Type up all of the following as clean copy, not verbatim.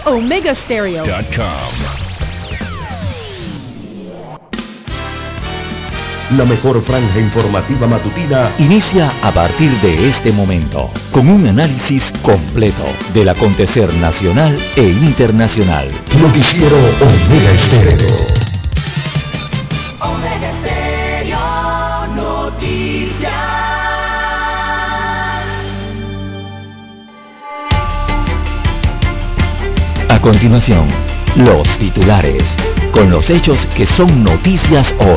OmegaStereo.com. La mejor franja informativa matutina inicia a partir de este momento con un análisis completo del acontecer nacional e internacional. Noticiero Omega Estéreo. Omega Estéreo Noticias. A continuación, los titulares, con los hechos que son noticias hoy.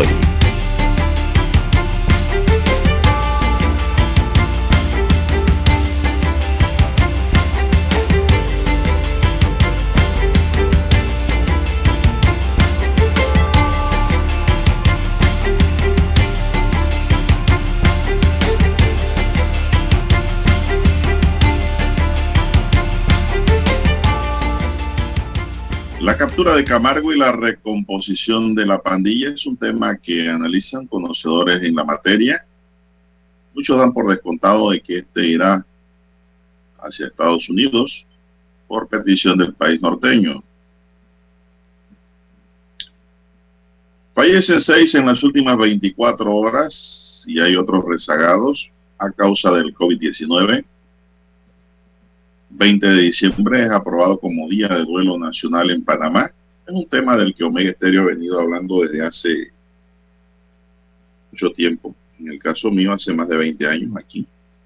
La captura de Camargo y la recomposición de la pandilla es un tema que analizan conocedores en la materia. Muchos dan por descontado de que este irá hacia Estados Unidos por petición del país norteño. Fallecen 6 en las últimas 24 horas y hay otros rezagados a causa del COVID-19. 20 de diciembre es aprobado como Día de Duelo Nacional en Panamá. Es un tema del que Omega Estéreo ha venido hablando desde hace mucho tiempo. En el caso mío, hace más de 20 años aquí.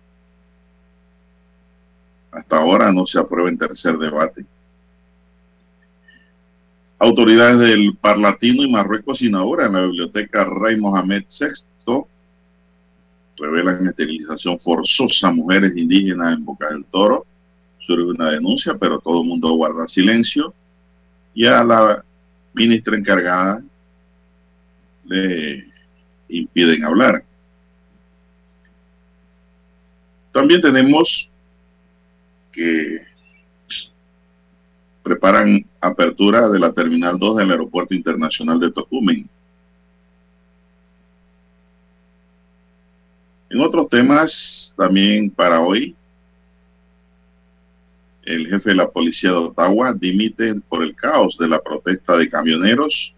Hasta ahora no se aprueba en tercer debate. Autoridades del Parlatino y Marruecos inauguran la biblioteca Rey Mohamed VI. Revelan esterilización forzosa a mujeres indígenas en Boca del Toro. Surge una denuncia, pero todo el mundo guarda silencio. Y a la ministra encargada le impiden hablar. También tenemos que preparan apertura de la Terminal 2 del Aeropuerto Internacional de Tocumen. En otros temas, también para hoy, el jefe de la policía de Ottawa dimite por el caos de la protesta de camioneros.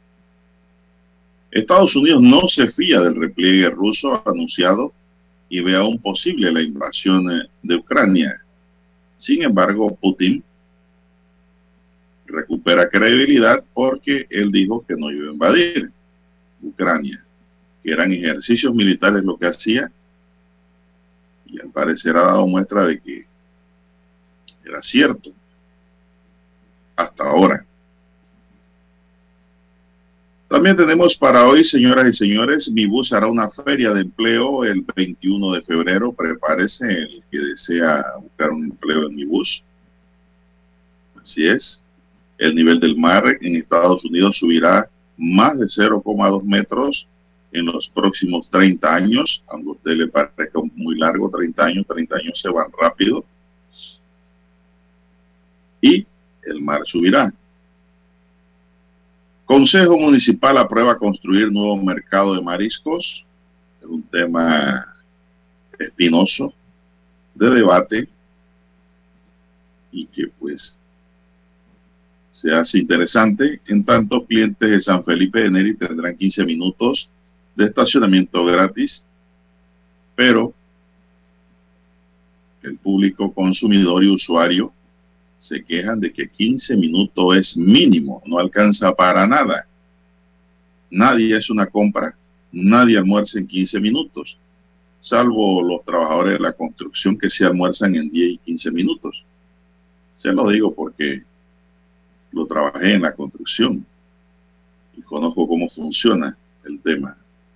Estados Unidos no se fía del repliegue ruso anunciado y ve aún posible la invasión de Ucrania. Sin embargo, Putin recupera credibilidad porque él dijo que no iba a invadir Ucrania, que eran ejercicios militares lo que hacía, y al parecer ha dado muestra de que era cierto hasta ahora. También tenemos para hoy, señoras y señores, Mi Bus hará una feria de empleo el 21 de febrero. Prepárese el que desea buscar un empleo en Mi Bus. Así es. El nivel del mar en Estados Unidos subirá más de 0,2 metros en los próximos 30 años. Aunque a usted le parezca muy largo, 30 años se van rápido. Y el mar subirá. Consejo Municipal aprueba construir nuevo mercado de mariscos. Es un tema espinoso de debate y que pues se hace interesante. En tanto, clientes de San Felipe de Neri tendrán 15 minutos de estacionamiento gratis, pero el público consumidor y usuario se quejan de que 15 minutos es mínimo, no alcanza para nada. Nadie hace una compra, nadie almuerza en 15 minutos, salvo los trabajadores de la construcción que se almuerzan en 10 y 15 minutos. Se lo digo porque lo trabajé en la construcción y conozco cómo funciona el tema.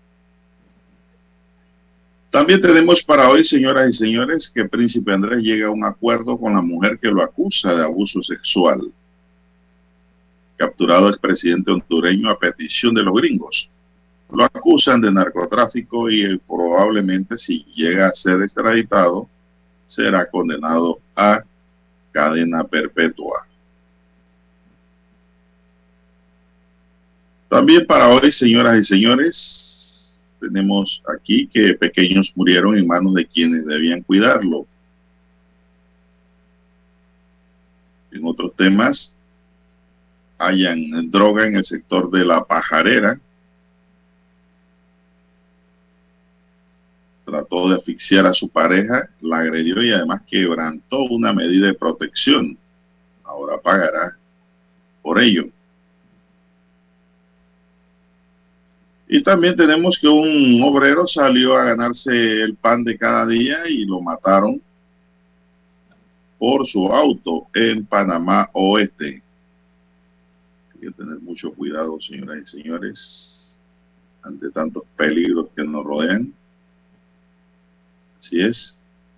También tenemos para hoy, señoras y señores, que Príncipe Andrés llega a un acuerdo con la mujer que lo acusa de abuso sexual. Capturado el presidente hondureño a petición de los gringos. Lo acusan de narcotráfico y probablemente, si llega a ser extraditado, será condenado a cadena perpetua. También para hoy, señoras y señores, tenemos aquí que pequeños murieron en manos de quienes debían cuidarlo. En otros temas, hallan droga en el sector de La Pajarera. Trató de asfixiar a su pareja, la agredió y además quebrantó una medida de protección. Ahora pagará por ello. Y también tenemos que un obrero salió a ganarse el pan de cada día y lo mataron por su auto en Panamá Oeste. Hay que tener mucho cuidado, señoras y señores, ante tantos peligros que nos rodean. Así es.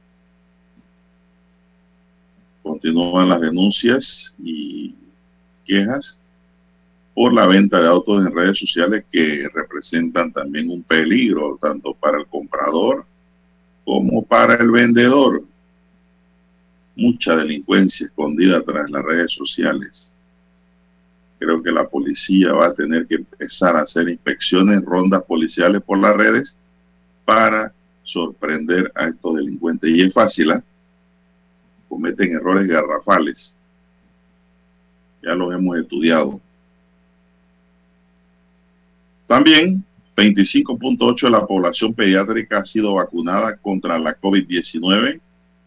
Continúan las denuncias y quejas por la venta de autos en redes sociales que representan también un peligro tanto para el comprador como para el vendedor. Mucha delincuencia escondida tras las redes sociales. Creo que la policía va a tener que empezar a hacer inspecciones, rondas policiales por las redes para sorprender a estos delincuentes. Y es fácil, ¿eh? Cometen errores garrafales. Ya los hemos estudiado. También, 25.8% de la población pediátrica ha sido vacunada contra la COVID-19.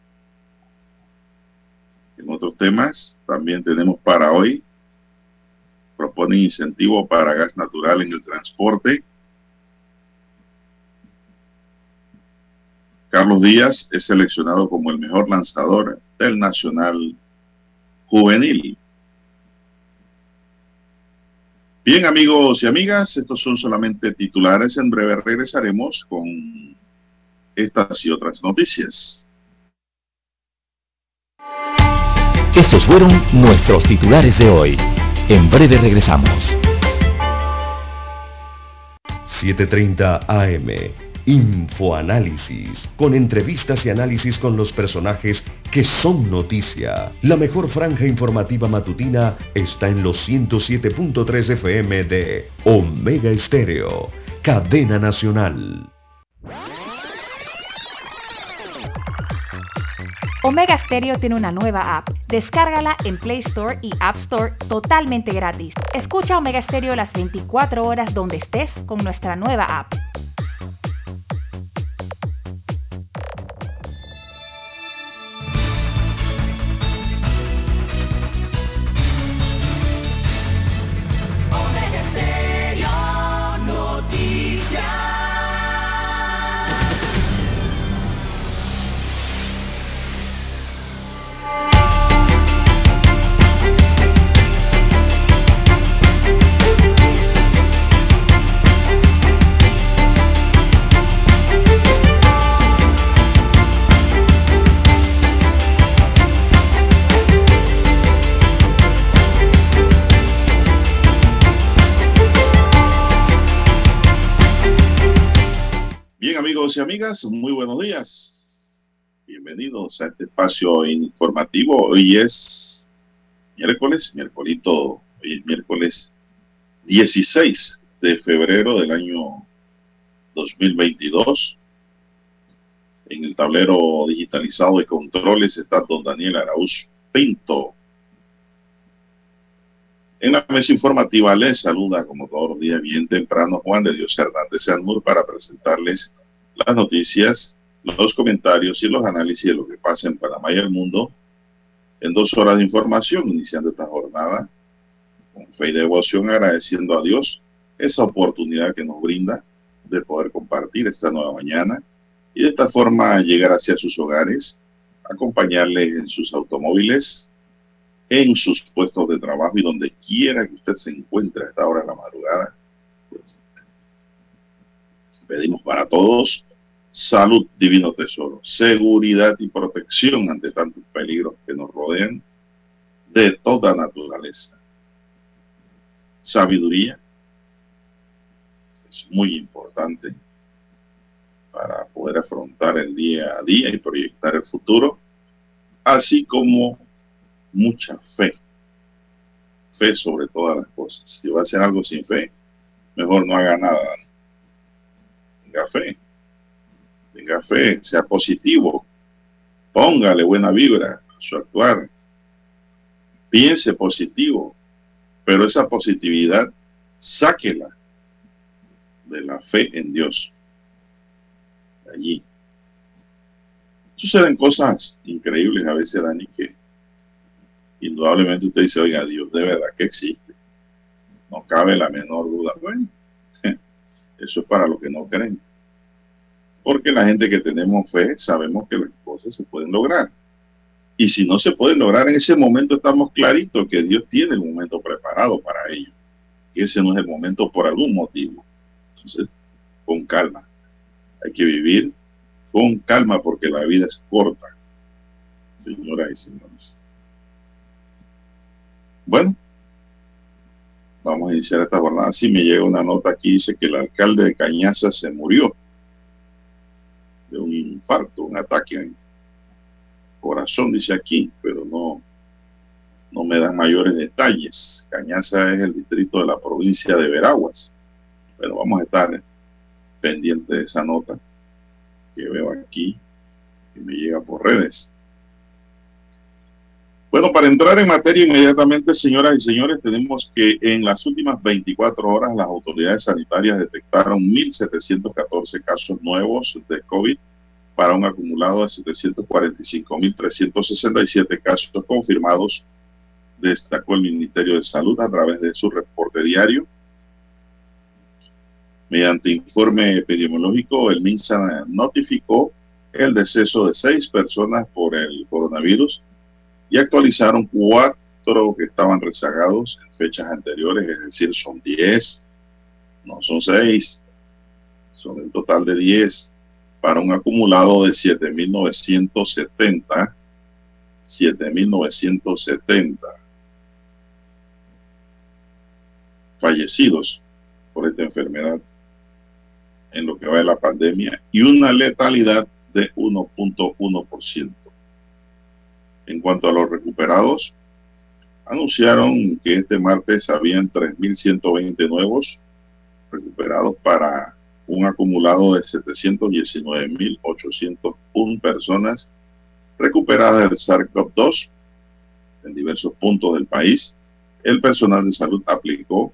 En otros temas, también tenemos para hoy, proponen incentivo para gas natural en el transporte. Carlos Díaz es seleccionado como el mejor lanzador del Nacional Juvenil. Bien, amigos y amigas, estos son solamente titulares. En breve regresaremos con estas y otras noticias. Estos fueron nuestros titulares de hoy. En breve regresamos. 7:30 AM. Infoanálisis, con entrevistas y análisis con los personajes que son noticia. La mejor franja informativa matutina está en los 107.3 FM de Omega Estéreo, cadena nacional. Omega Stereo tiene una nueva app. Descárgala en Play Store y App Store totalmente gratis. Escucha Omega Stereo las 24 horas donde estés con nuestra nueva app. Amigos y amigas, muy buenos días. Bienvenidos a este espacio informativo. Hoy es miércolito, hoy es miércoles 16 de febrero del año 2022. En el tablero digitalizado de controles está don Daniel Arauz Pinto. En la mesa informativa les saluda como todos los días bien temprano Juan de Dios Hernández Sanmur para presentarles las noticias, los comentarios y los análisis de lo que pasa en Panamá y el mundo en 2 horas de información, iniciando esta jornada con fe y devoción, agradeciendo a Dios esa oportunidad que nos brinda de poder compartir esta nueva mañana y de esta forma llegar hacia sus hogares, acompañarles en sus automóviles, en sus puestos de trabajo y donde quiera que usted se encuentre a esta hora de la madrugada. Pues, pedimos para todos salud, divino tesoro, seguridad y protección ante tantos peligros que nos rodean de toda naturaleza. Sabiduría es muy importante para poder afrontar el día a día y proyectar el futuro, así como mucha fe sobre todas las cosas. Si va a hacer algo sin fe, mejor no haga nada. Tenga fe, sea positivo, póngale buena vibra a su actuar. Piense positivo, pero esa positividad sáquela de la fe en Dios. De allí. Suceden cosas increíbles a veces, Dani, que indudablemente usted dice, oiga, Dios de verdad que existe. No cabe la menor duda. Bueno, eso es para los que no creen. Porque la gente que tenemos fe sabemos que las cosas se pueden lograr. Y si no se pueden lograr en ese momento, estamos claritos que Dios tiene el momento preparado para ello. Que ese no es el momento por algún motivo. Entonces, con calma. Hay que vivir con calma porque la vida es corta, señoras y señores. Bueno, vamos a iniciar esta jornada. Sí, me llega una nota aquí, dice que el alcalde de Cañaza se murió de un infarto, un ataque al corazón, dice aquí, pero no me dan mayores detalles. Cañaza es el distrito de la provincia de Veraguas. Bueno, vamos a estar pendientes de esa nota que veo aquí, que me llega por redes. Bueno, para entrar en materia inmediatamente, señoras y señores, tenemos que en las últimas 24 horas las autoridades sanitarias detectaron 1.714 casos nuevos de COVID para un acumulado de 745.367 casos confirmados, destacó el Ministerio de Salud a través de su reporte diario. Mediante informe epidemiológico, el MINSA notificó el deceso de 6 personas por el coronavirus y actualizaron 4 que estaban rezagados en fechas anteriores, es decir, son 10, no son 6, son el total de 10, para un acumulado de 7.970 fallecidos por esta enfermedad en lo que va de la pandemia y una letalidad de 1.1%. En cuanto a los recuperados, anunciaron que este martes habían 3.120 nuevos recuperados para un acumulado de 719.801 personas recuperadas del SARS-CoV-2 en diversos puntos del país. El personal de salud aplicó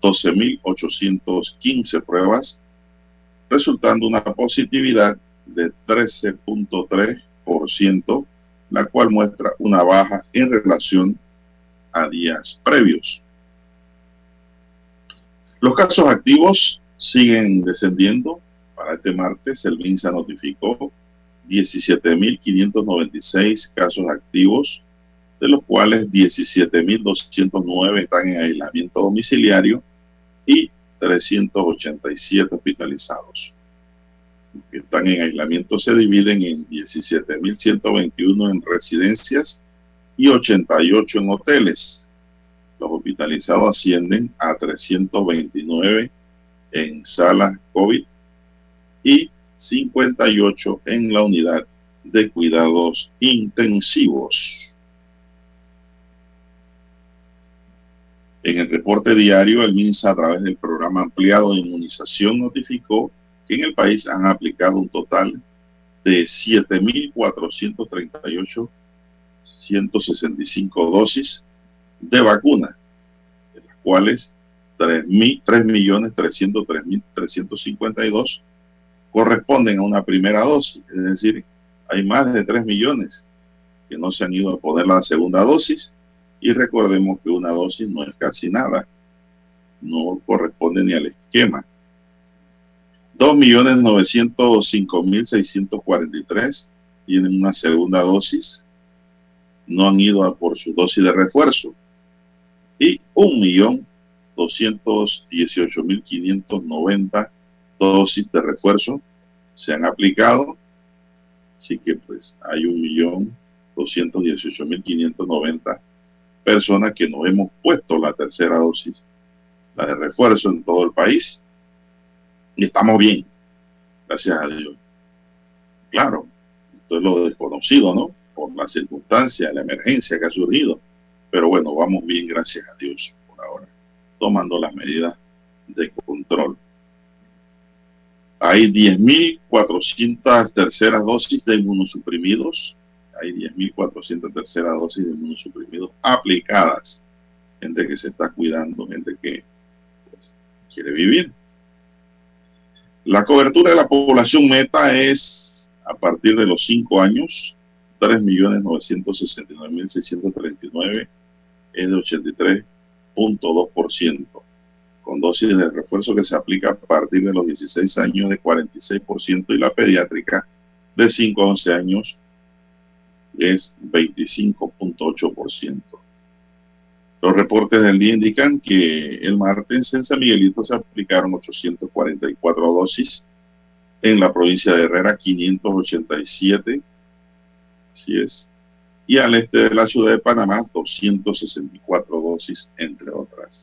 12.815 pruebas, resultando una positividad de 13.3%, la cual muestra una baja en relación a días previos. Los casos activos siguen descendiendo. Para este martes, el MINSA notificó 17.596 casos activos, de los cuales 17.209 están en aislamiento domiciliario y 387 hospitalizados. Los que están en aislamiento se dividen en 17.121 en residencias y 88 en hoteles. Los hospitalizados ascienden a 329 en salas COVID y 58 en la unidad de cuidados intensivos. En el reporte diario, el MINSA, a través del programa ampliado de inmunización, notificó que en el país han aplicado un total de 7.438.165 dosis de vacuna, de las cuales 3.303.352 corresponden a una primera dosis. Es decir, hay más de 3 millones que no se han ido a poner la segunda dosis. Y recordemos que una dosis no es casi nada, no corresponde ni al esquema. 2.905.643 tienen una segunda dosis, no han ido a por su dosis de refuerzo. Y 1.218.590 dosis de refuerzo se han aplicado. Así que pues hay 1.218.590 personas que nos hemos puesto la tercera dosis, la de refuerzo en todo el país, y estamos bien, gracias a Dios. Claro, esto es lo desconocido, ¿no? Por la circunstancia, la emergencia que ha surgido, pero bueno, vamos bien, gracias a Dios, por ahora, tomando las medidas de control. Hay 10.400 terceras dosis de inmunosuprimidos hay 10.400 terceras dosis de inmunosuprimidos aplicadas. Gente que se está cuidando, gente que pues, quiere vivir. La cobertura de la población meta es a partir de los 5 años, 3.969.639, es de 83.2%, con dosis de refuerzo que se aplica a partir de los 16 años de 46% y la pediátrica de 5 a 11 años es 25.8%. Los reportes del día indican que el martes en San Miguelito se aplicaron 844 dosis, en la provincia de Herrera 587, así es, y al este de la ciudad de Panamá 264 dosis, entre otras.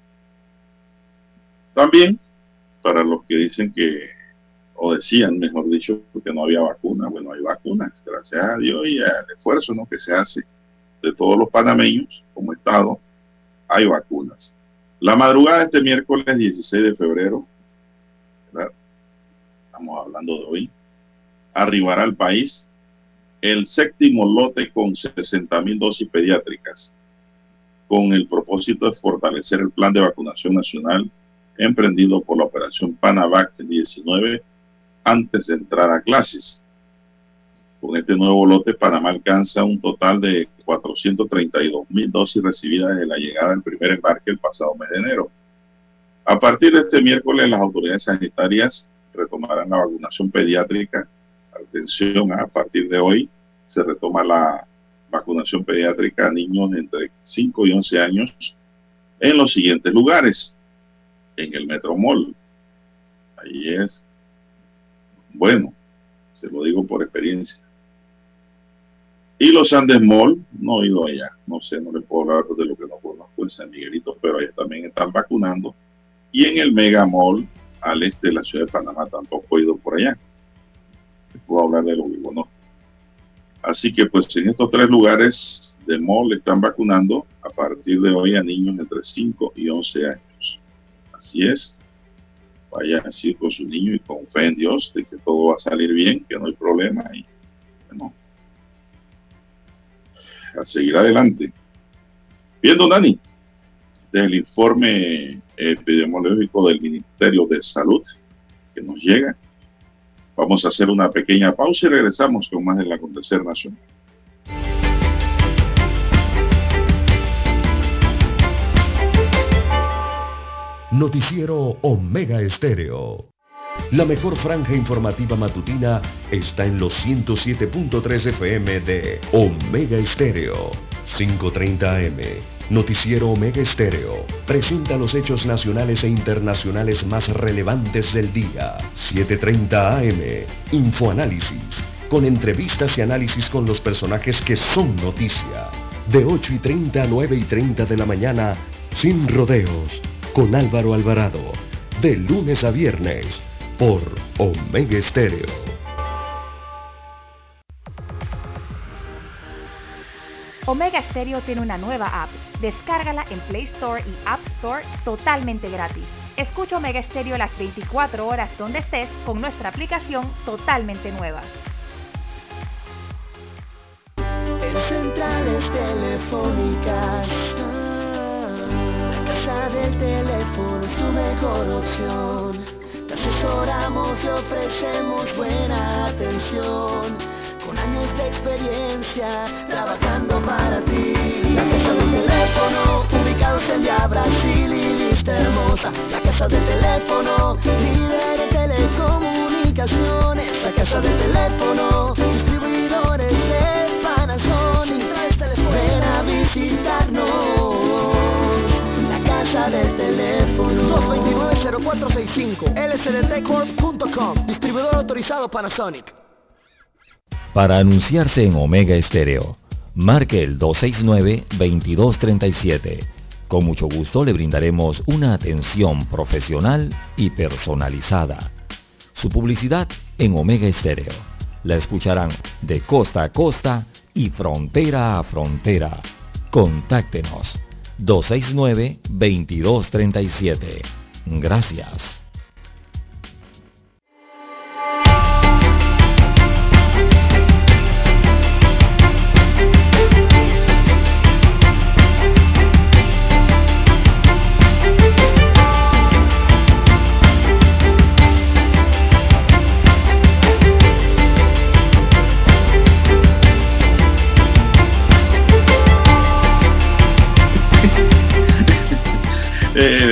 También, para los que dicen que, o decían, mejor dicho, que no había vacuna, bueno, hay vacunas, gracias a Dios y al esfuerzo, ¿no?, que se hace de todos los panameños como Estado, hay vacunas. La madrugada de este miércoles 16 de febrero, ¿verdad?, estamos hablando de hoy, arribará al país el 7º lote con 60.000 dosis pediátricas, con el propósito de fortalecer el plan de vacunación nacional emprendido por la operación Panavac 19 antes de entrar a clases. Con este nuevo lote, Panamá alcanza un total de 432.000 dosis recibidas desde la llegada del primer embarque el pasado mes de enero. A partir de este miércoles, las autoridades sanitarias retomarán la vacunación pediátrica. Atención, a partir de hoy se retoma la vacunación pediátrica a niños entre 5 y 11 años en los siguientes lugares. En el Metro Mall. Ahí es. Bueno, se lo digo por experiencia. Y los Andes Mall, no he ido allá. No sé, no les puedo hablar de lo que no conozco en San Miguelito, pero allá también están vacunando. Y en el Mega Mall, al este de la ciudad de Panamá, tampoco he ido por allá. Les puedo hablar de lo que conozco. Así que pues en estos 3 lugares de mall están vacunando a partir de hoy a niños entre 5 y 11 años. Así es, vaya así con su niño y con fe en Dios de que todo va a salir bien, que no hay problema y bueno, a seguir adelante. Bien, don Dani, del informe epidemiológico del Ministerio de Salud que nos llega, vamos a hacer una pequeña pausa y regresamos con más del acontecer nacional. Noticiero Omega Estéreo. La mejor franja informativa matutina está en los 107.3 FM de Omega Estéreo. 5:30 AM. Noticiero Omega Estéreo presenta los hechos nacionales e internacionales más relevantes del día. 7:30 AM. Infoanálisis, con entrevistas y análisis con los personajes que son noticia. De 8:30 a 9:30 de la mañana, sin rodeos, con Álvaro Alvarado, de lunes a viernes, por Omega Estéreo. Omega Stereo tiene una nueva app. Descárgala en Play Store y App Store totalmente gratis. Escucha Omega Stereo las 24 horas donde estés con nuestra aplicación totalmente nueva. En centrales telefónicas, la casa del teléfono es tu mejor opción. Te asesoramos y ofrecemos buena atención, con años de experiencia trabajando para ti. La casa del teléfono, ubicados en Via Brasil y Lista Hermosa. La casa del teléfono, líder en telecomunicaciones. La casa del teléfono, distribuidores de Panasonic. Ven a visitarnos. La casa del teléfono, 229-0465, lsdtcorp.com. Distribuidor autorizado Panasonic. Para anunciarse en Omega Estéreo, marque el 269-2237. Con mucho gusto le brindaremos una atención profesional y personalizada. Su publicidad en Omega Estéreo la escucharán de costa a costa y frontera a frontera. Contáctenos 269-2237. Gracias.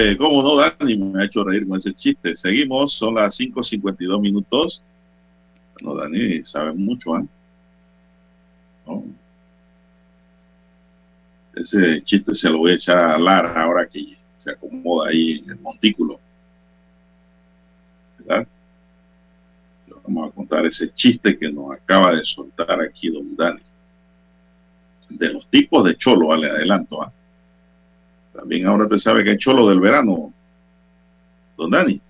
cómo no, Dani, me ha hecho reír con ese chiste. Seguimos, son las 5:52. No, Dani, sabe mucho, ¿eh? No, ese chiste se lo voy a echar a Lara ahora que se acomoda ahí en el montículo, ¿verdad? Vamos a contar ese chiste que nos acaba de soltar aquí don Dani. De los tipos de cholo, vale, adelanto. ¿Eh? También ahora te sabe que hay cholo del verano, don Dani.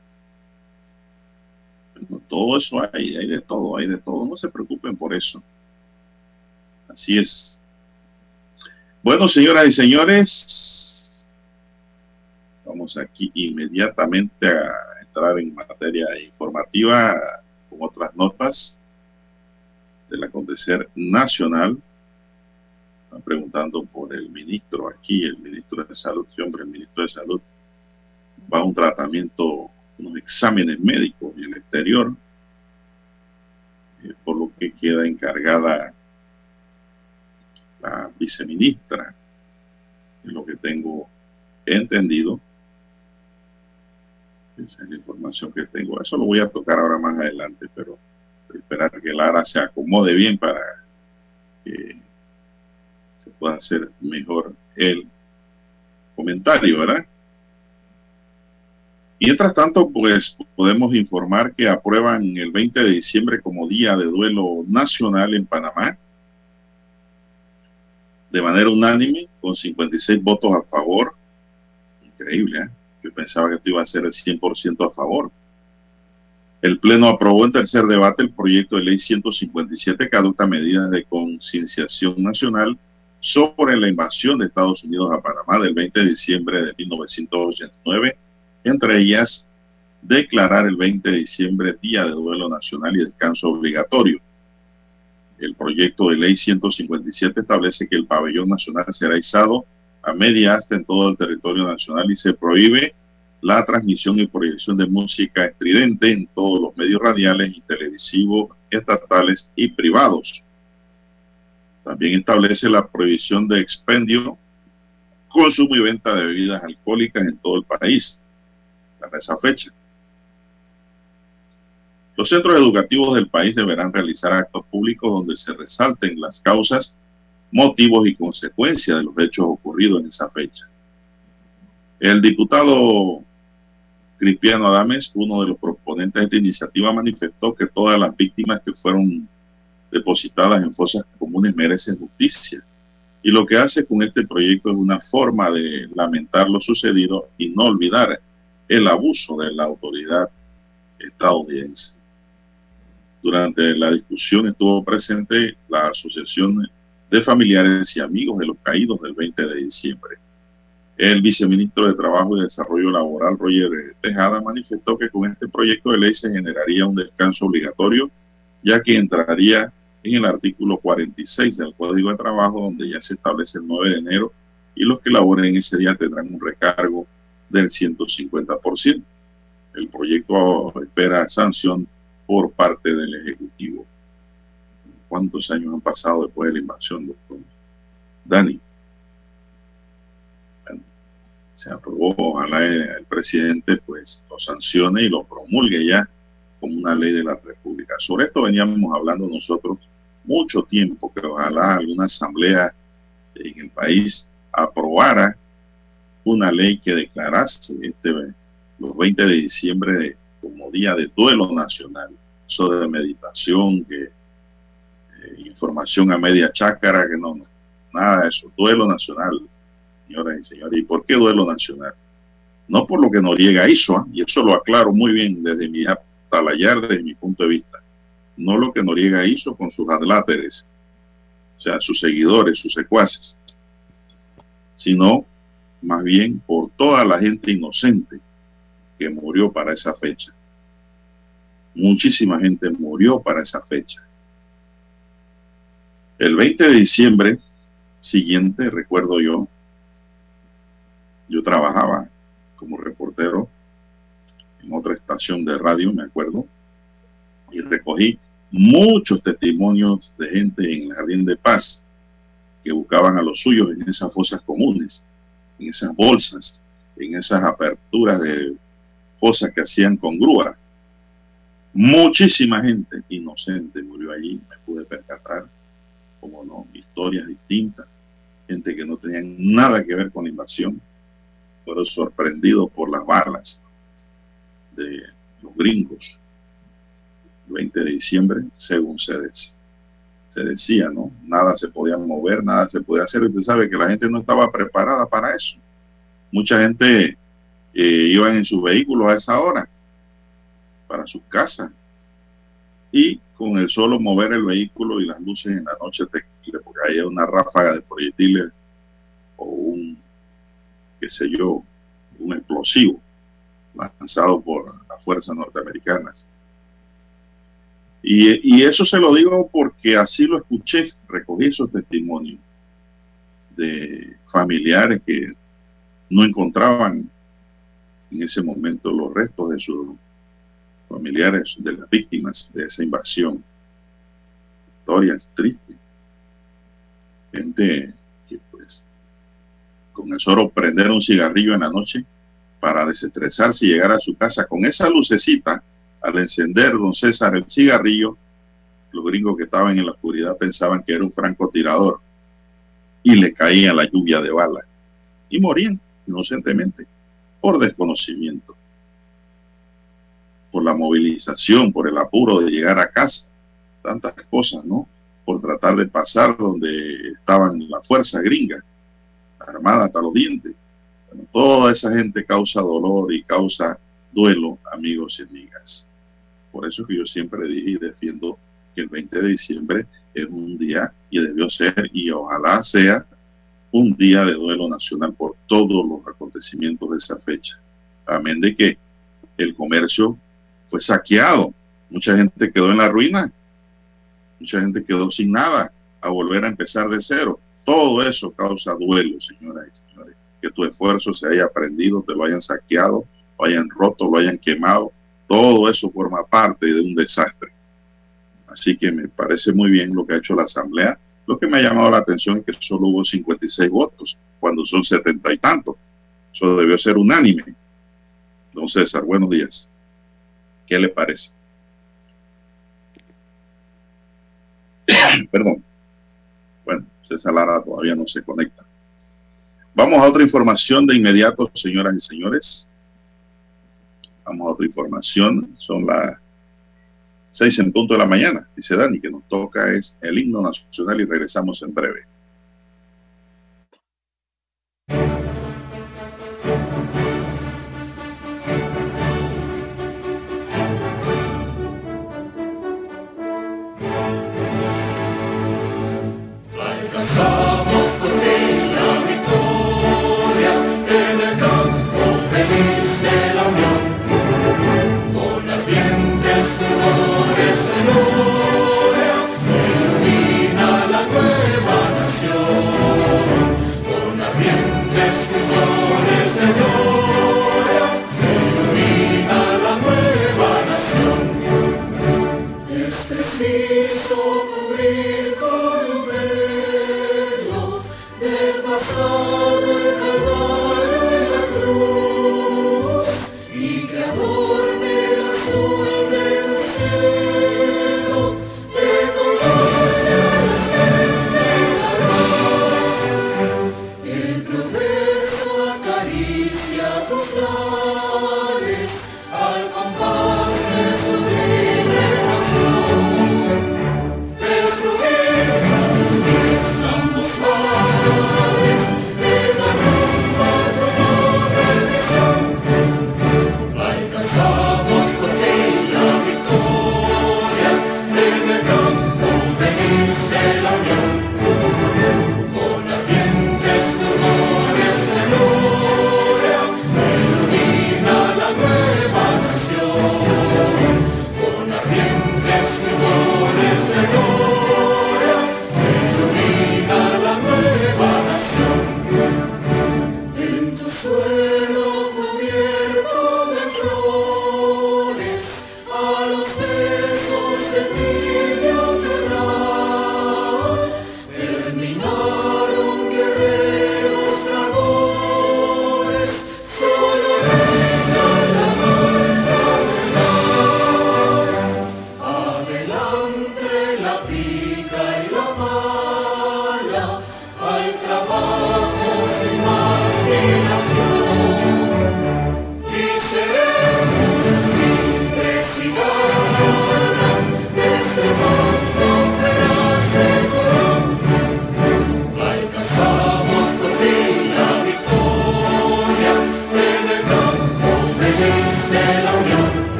Bueno, todo eso hay de todo, hay de todo. No se preocupen por eso. Así es. Bueno, señoras y señores, vamos aquí inmediatamente a entrar en materia informativa con otras notas del acontecer nacional. Están preguntando por el ministro aquí, el ministro de Salud. Sí, hombre, el ministro de Salud va a un tratamiento, unos exámenes médicos en el exterior, por lo que queda encargada la viceministra, es lo que tengo entendido. Esa es la información que tengo. Eso lo voy a tocar ahora más adelante, pero voy a esperar que Lara se acomode bien para que se pueda hacer mejor el comentario, ¿verdad? Mientras tanto, pues podemos informar que aprueban el 20 de diciembre como Día de Duelo Nacional en Panamá, de manera unánime, con 56 votos a favor. Increíble, ¿eh? Yo pensaba que esto iba a ser el 100% a favor. El Pleno aprobó en tercer debate el proyecto de ley 157 que adopta medidas de concienciación nacional sobre la invasión de Estados Unidos a Panamá del 20 de diciembre de 1989, entre ellas declarar el 20 de diciembre Día de Duelo Nacional y Descanso Obligatorio. El proyecto de ley 157 establece que el pabellón nacional será izado a media asta en todo el territorio nacional y se prohíbe la transmisión y proyección de música estridente en todos los medios radiales y televisivos estatales y privados. También establece la prohibición de expendio, consumo y venta de bebidas alcohólicas en todo el país para esa fecha. Los centros educativos del país deberán realizar actos públicos donde se resalten las causas, motivos y consecuencias de los hechos ocurridos en esa fecha. El diputado Cristiano Adames, uno de los proponentes de esta iniciativa, manifestó que todas las víctimas que fueron depositadas en fosas comunes merecen justicia. Y lo que hace con este proyecto es una forma de lamentar lo sucedido y no olvidar el abuso de la autoridad estadounidense. Durante la discusión estuvo presente la Asociación de Familiares y Amigos de los Caídos del 20 de diciembre. El viceministro de Trabajo y Desarrollo Laboral, Roger Tejada, manifestó que con este proyecto de ley se generaría un descanso obligatorio, ya que entraría en el artículo 46 del Código de Trabajo, donde ya se establece el 9 de enero, y los que laboren ese día tendrán un recargo del 150%. El proyecto espera sanción por parte del Ejecutivo. ¿Cuántos años han pasado después de la invasión, doctor Dani? Bueno, se aprobó, ojalá el presidente pues lo sancione y lo promulgue ya como una ley de la República. Sobre esto veníamos hablando nosotros mucho tiempo, que ojalá alguna asamblea en el país aprobara una ley que declarase los 20 de diciembre como Día de Duelo Nacional. Eso de meditación, que información a media chácara, que no, nada de eso. Duelo nacional, señoras y señores. ¿Y por qué duelo nacional? No por lo que Noriega hizo, y eso lo aclaro muy bien desde mi atalayar, desde mi punto de vista. No lo que Noriega hizo con sus adláteres, o sea, sus seguidores, sus secuaces, sino más bien por toda la gente inocente que murió para esa fecha. Muchísima gente murió para esa fecha. El 20 de diciembre siguiente, recuerdo yo trabajaba como reportero en otra estación de radio, me acuerdo, y recogí muchos testimonios de gente en el Jardín de Paz que buscaban a los suyos en esas fosas comunes, en esas bolsas, en esas aperturas de fosas que hacían con grúa. Muchísima gente inocente murió allí, me pude percatar, como no, historias distintas, gente que no tenía nada que ver con la invasión, fueron sorprendidos por las balas de los gringos. El 20 de diciembre, según se decía, ¿no? Nada se podía mover, nada se podía hacer. Usted sabe que la gente no estaba preparada para eso. Mucha gente iba en sus vehículos a esa hora para sus casas y con el solo mover el vehículo y las luces en la noche terrible, porque hay una ráfaga de proyectiles o un, qué sé yo, un explosivo lanzado por las fuerzas norteamericanas. Y eso se lo digo porque así lo escuché, recogí esos testimonios de familiares que no encontraban en ese momento los restos de sus familiares, de las víctimas de esa invasión. Historias tristes. Gente que pues con el solo prender un cigarrillo en la noche para desestresarse y llegar a su casa con esa lucecita. Al encender, don César, el cigarrillo, los gringos que estaban en la oscuridad pensaban que era un francotirador y le caía la lluvia de balas y morían inocentemente por desconocimiento, por la movilización, por el apuro de llegar a casa, tantas cosas, ¿no? Por tratar de pasar donde estaban las fuerzas gringas, armadas hasta los dientes. Bueno, toda esa gente causa dolor y causa duelo, amigos y amigas. Por eso que yo siempre dije y defiendo que el 20 de diciembre es un día, y debió ser, y ojalá sea, un día de duelo nacional por todos los acontecimientos de esa fecha. Amén de que el comercio fue saqueado, mucha gente quedó en la ruina, mucha gente quedó sin nada, a volver a empezar de cero. Todo eso causa duelo, señoras y señores. Que tu esfuerzo se haya prendido, te lo hayan saqueado, lo hayan roto, lo hayan quemado. Todo eso forma parte de un desastre. Así que me parece muy bien lo que ha hecho la Asamblea. Lo que me ha llamado la atención es que solo hubo 56 votos, cuando son 70 y tantos. Eso debió ser unánime. Don César, buenos días. ¿Qué le parece? Perdón. Bueno, César Lara todavía no se conecta. Vamos a otra información de inmediato, señoras y señores. Vamos a otra información. Son las 6 en punto de la mañana. Dice Dani que nos toca es el himno nacional y regresamos en breve.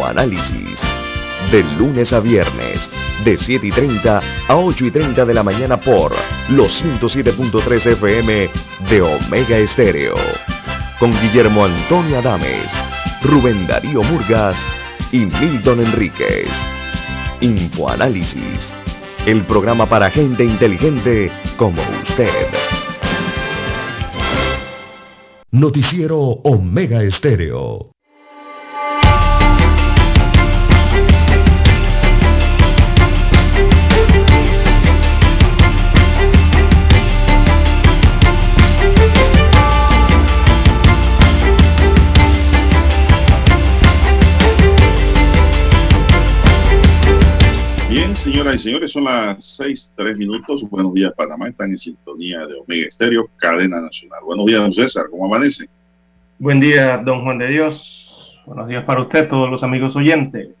Infoanálisis. De lunes a viernes, de 7:30 a 8:30 de la mañana por los 107.3 FM de Omega Estéreo. Con Guillermo Antonio Adames, Rubén Darío Murgas y Milton Enríquez. Infoanálisis, el programa para gente inteligente como usted. Noticiero Omega Estéreo. Bien, señoras y señores, son las 6:03. Buenos días, Panamá. Están en sintonía de Omega Estéreo, cadena nacional. Buenos días, don César. ¿Cómo amanece? Buen día, don Juan de Dios. Buenos días para usted, todos los amigos oyentes.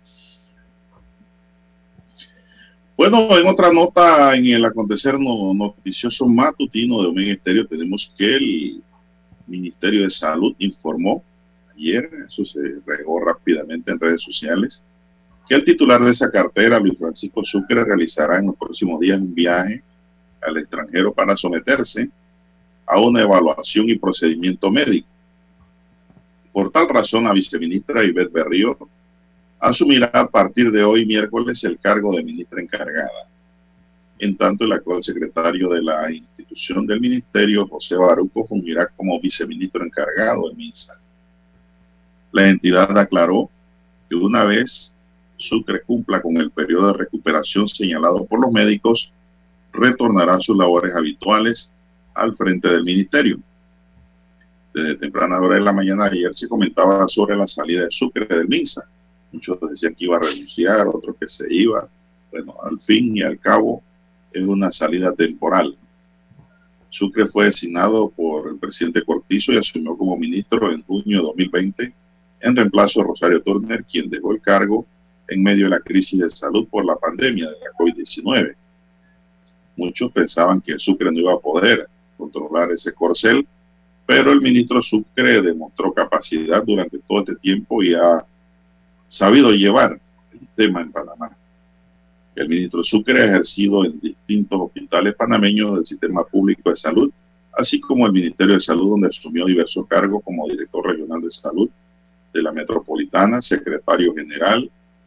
Bueno, en otra nota, en el acontecer noticioso matutino de Omega Estéreo, tenemos que el Ministerio de Salud informó ayer, eso se regó rápidamente en redes sociales, que el titular de esa cartera, Luis Francisco Sucre, realizará en los próximos días un viaje al extranjero para someterse a una evaluación y procedimiento médico. Por tal razón, la viceministra Ivette Berrío asumirá a partir de hoy, miércoles, el cargo de ministra encargada. En tanto, el actual secretario de la institución del ministerio, José Baruco, fungirá como viceministro encargado del MINSA. La entidad aclaró que una vez Sucre cumpla con el periodo de recuperación señalado por los médicos, retornará a sus labores habituales al frente del ministerio. Desde temprana hora de la mañana ayer se comentaba sobre la salida de Sucre del MINSA. Muchos decían que iba a renunciar, otros que se iba. Bueno, al fin y al cabo es una salida temporal. Sucre fue designado por el presidente Cortizo y asumió como ministro en junio de 2020 en reemplazo de Rosario Turner, quien dejó el cargo en medio de la crisis de salud por la pandemia de la COVID-19. Muchos pensaban que Sucre no iba a poder controlar ese corcel, pero el ministro Sucre demostró capacidad durante todo este tiempo y ha sabido llevar el tema en Panamá. El ministro Sucre ha ejercido en distintos hospitales panameños del sistema público de salud, así como el Ministerio de Salud, donde asumió diversos cargos como director regional de salud de la metropolitana, secretario general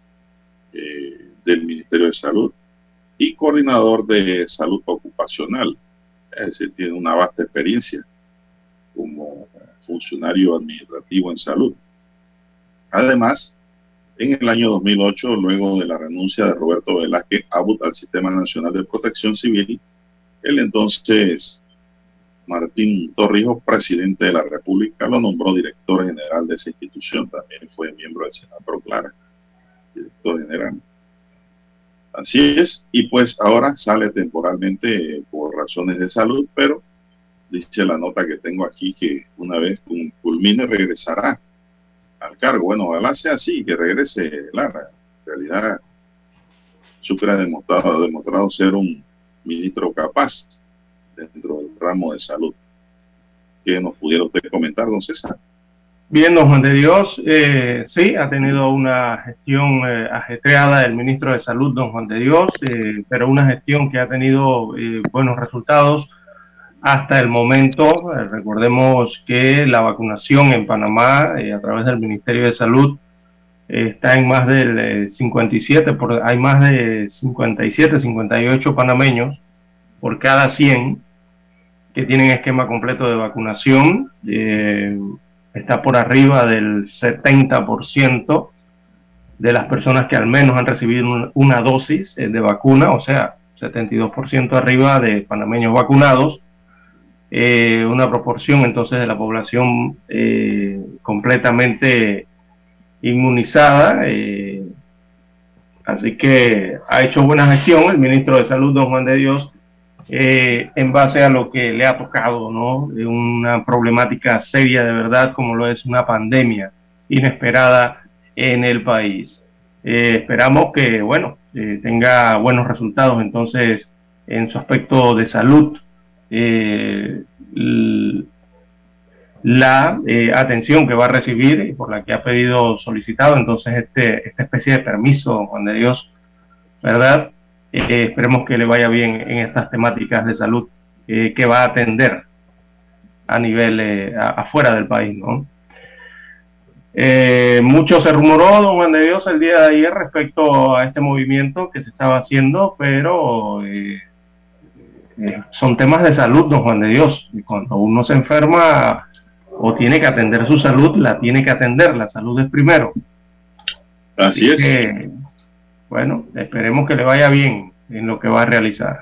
del Ministerio de Salud y coordinador de salud ocupacional. Es decir, tiene una vasta experiencia como funcionario administrativo en salud. Además, en el año 2008, luego de la renuncia de Roberto Velázquez Abud al Sistema Nacional de Protección Civil, el entonces Martín Torrijos, presidente de la República, lo nombró director general de esa institución. También fue miembro del Senado Clara, director general. Así es, y pues ahora sale temporalmente por razones de salud, pero dice la nota que tengo aquí que una vez culmine regresará al cargo. Bueno, ojalá sea así, que regrese Lara. En realidad, Sucre ha demostrado ser un ministro capaz dentro del ramo de salud. ¿Qué nos pudiera usted comentar, don César? Bien, don Juan de Dios, sí, ha tenido una gestión ajetreada el ministro de Salud, don Juan de Dios, pero una gestión que ha tenido buenos resultados hasta el momento. Recordemos que la vacunación en Panamá a través del Ministerio de Salud está en más del 57, hay más de 57, 58 panameños por cada 100 que tienen esquema completo de vacunación. Está por arriba del 70% de las personas que al menos han recibido una dosis de vacuna, o sea, 72% arriba de panameños vacunados, una proporción entonces de la población completamente inmunizada, así que ha hecho buena gestión el ministro de Salud, don Juan de Dios, en base a lo que le ha tocado, ¿no? Una problemática seria de verdad, como lo es una pandemia inesperada en el país. Esperamos que, bueno, tenga buenos resultados entonces en su aspecto de salud. la atención que va a recibir y por la que ha pedido solicitado entonces esta especie de permiso, don Juan de Dios, ¿verdad? Esperemos que le vaya bien en estas temáticas de salud que va a atender a nivel afuera del país, ¿no? Mucho se rumoró, don Juan de Dios, el día de ayer respecto a este movimiento que se estaba haciendo, pero son temas de salud, don Juan de Dios, y cuando uno se enferma o tiene que atender su salud, la tiene que atender, la salud es primero. Así es. Bueno, esperemos que le vaya bien en lo que va a realizar.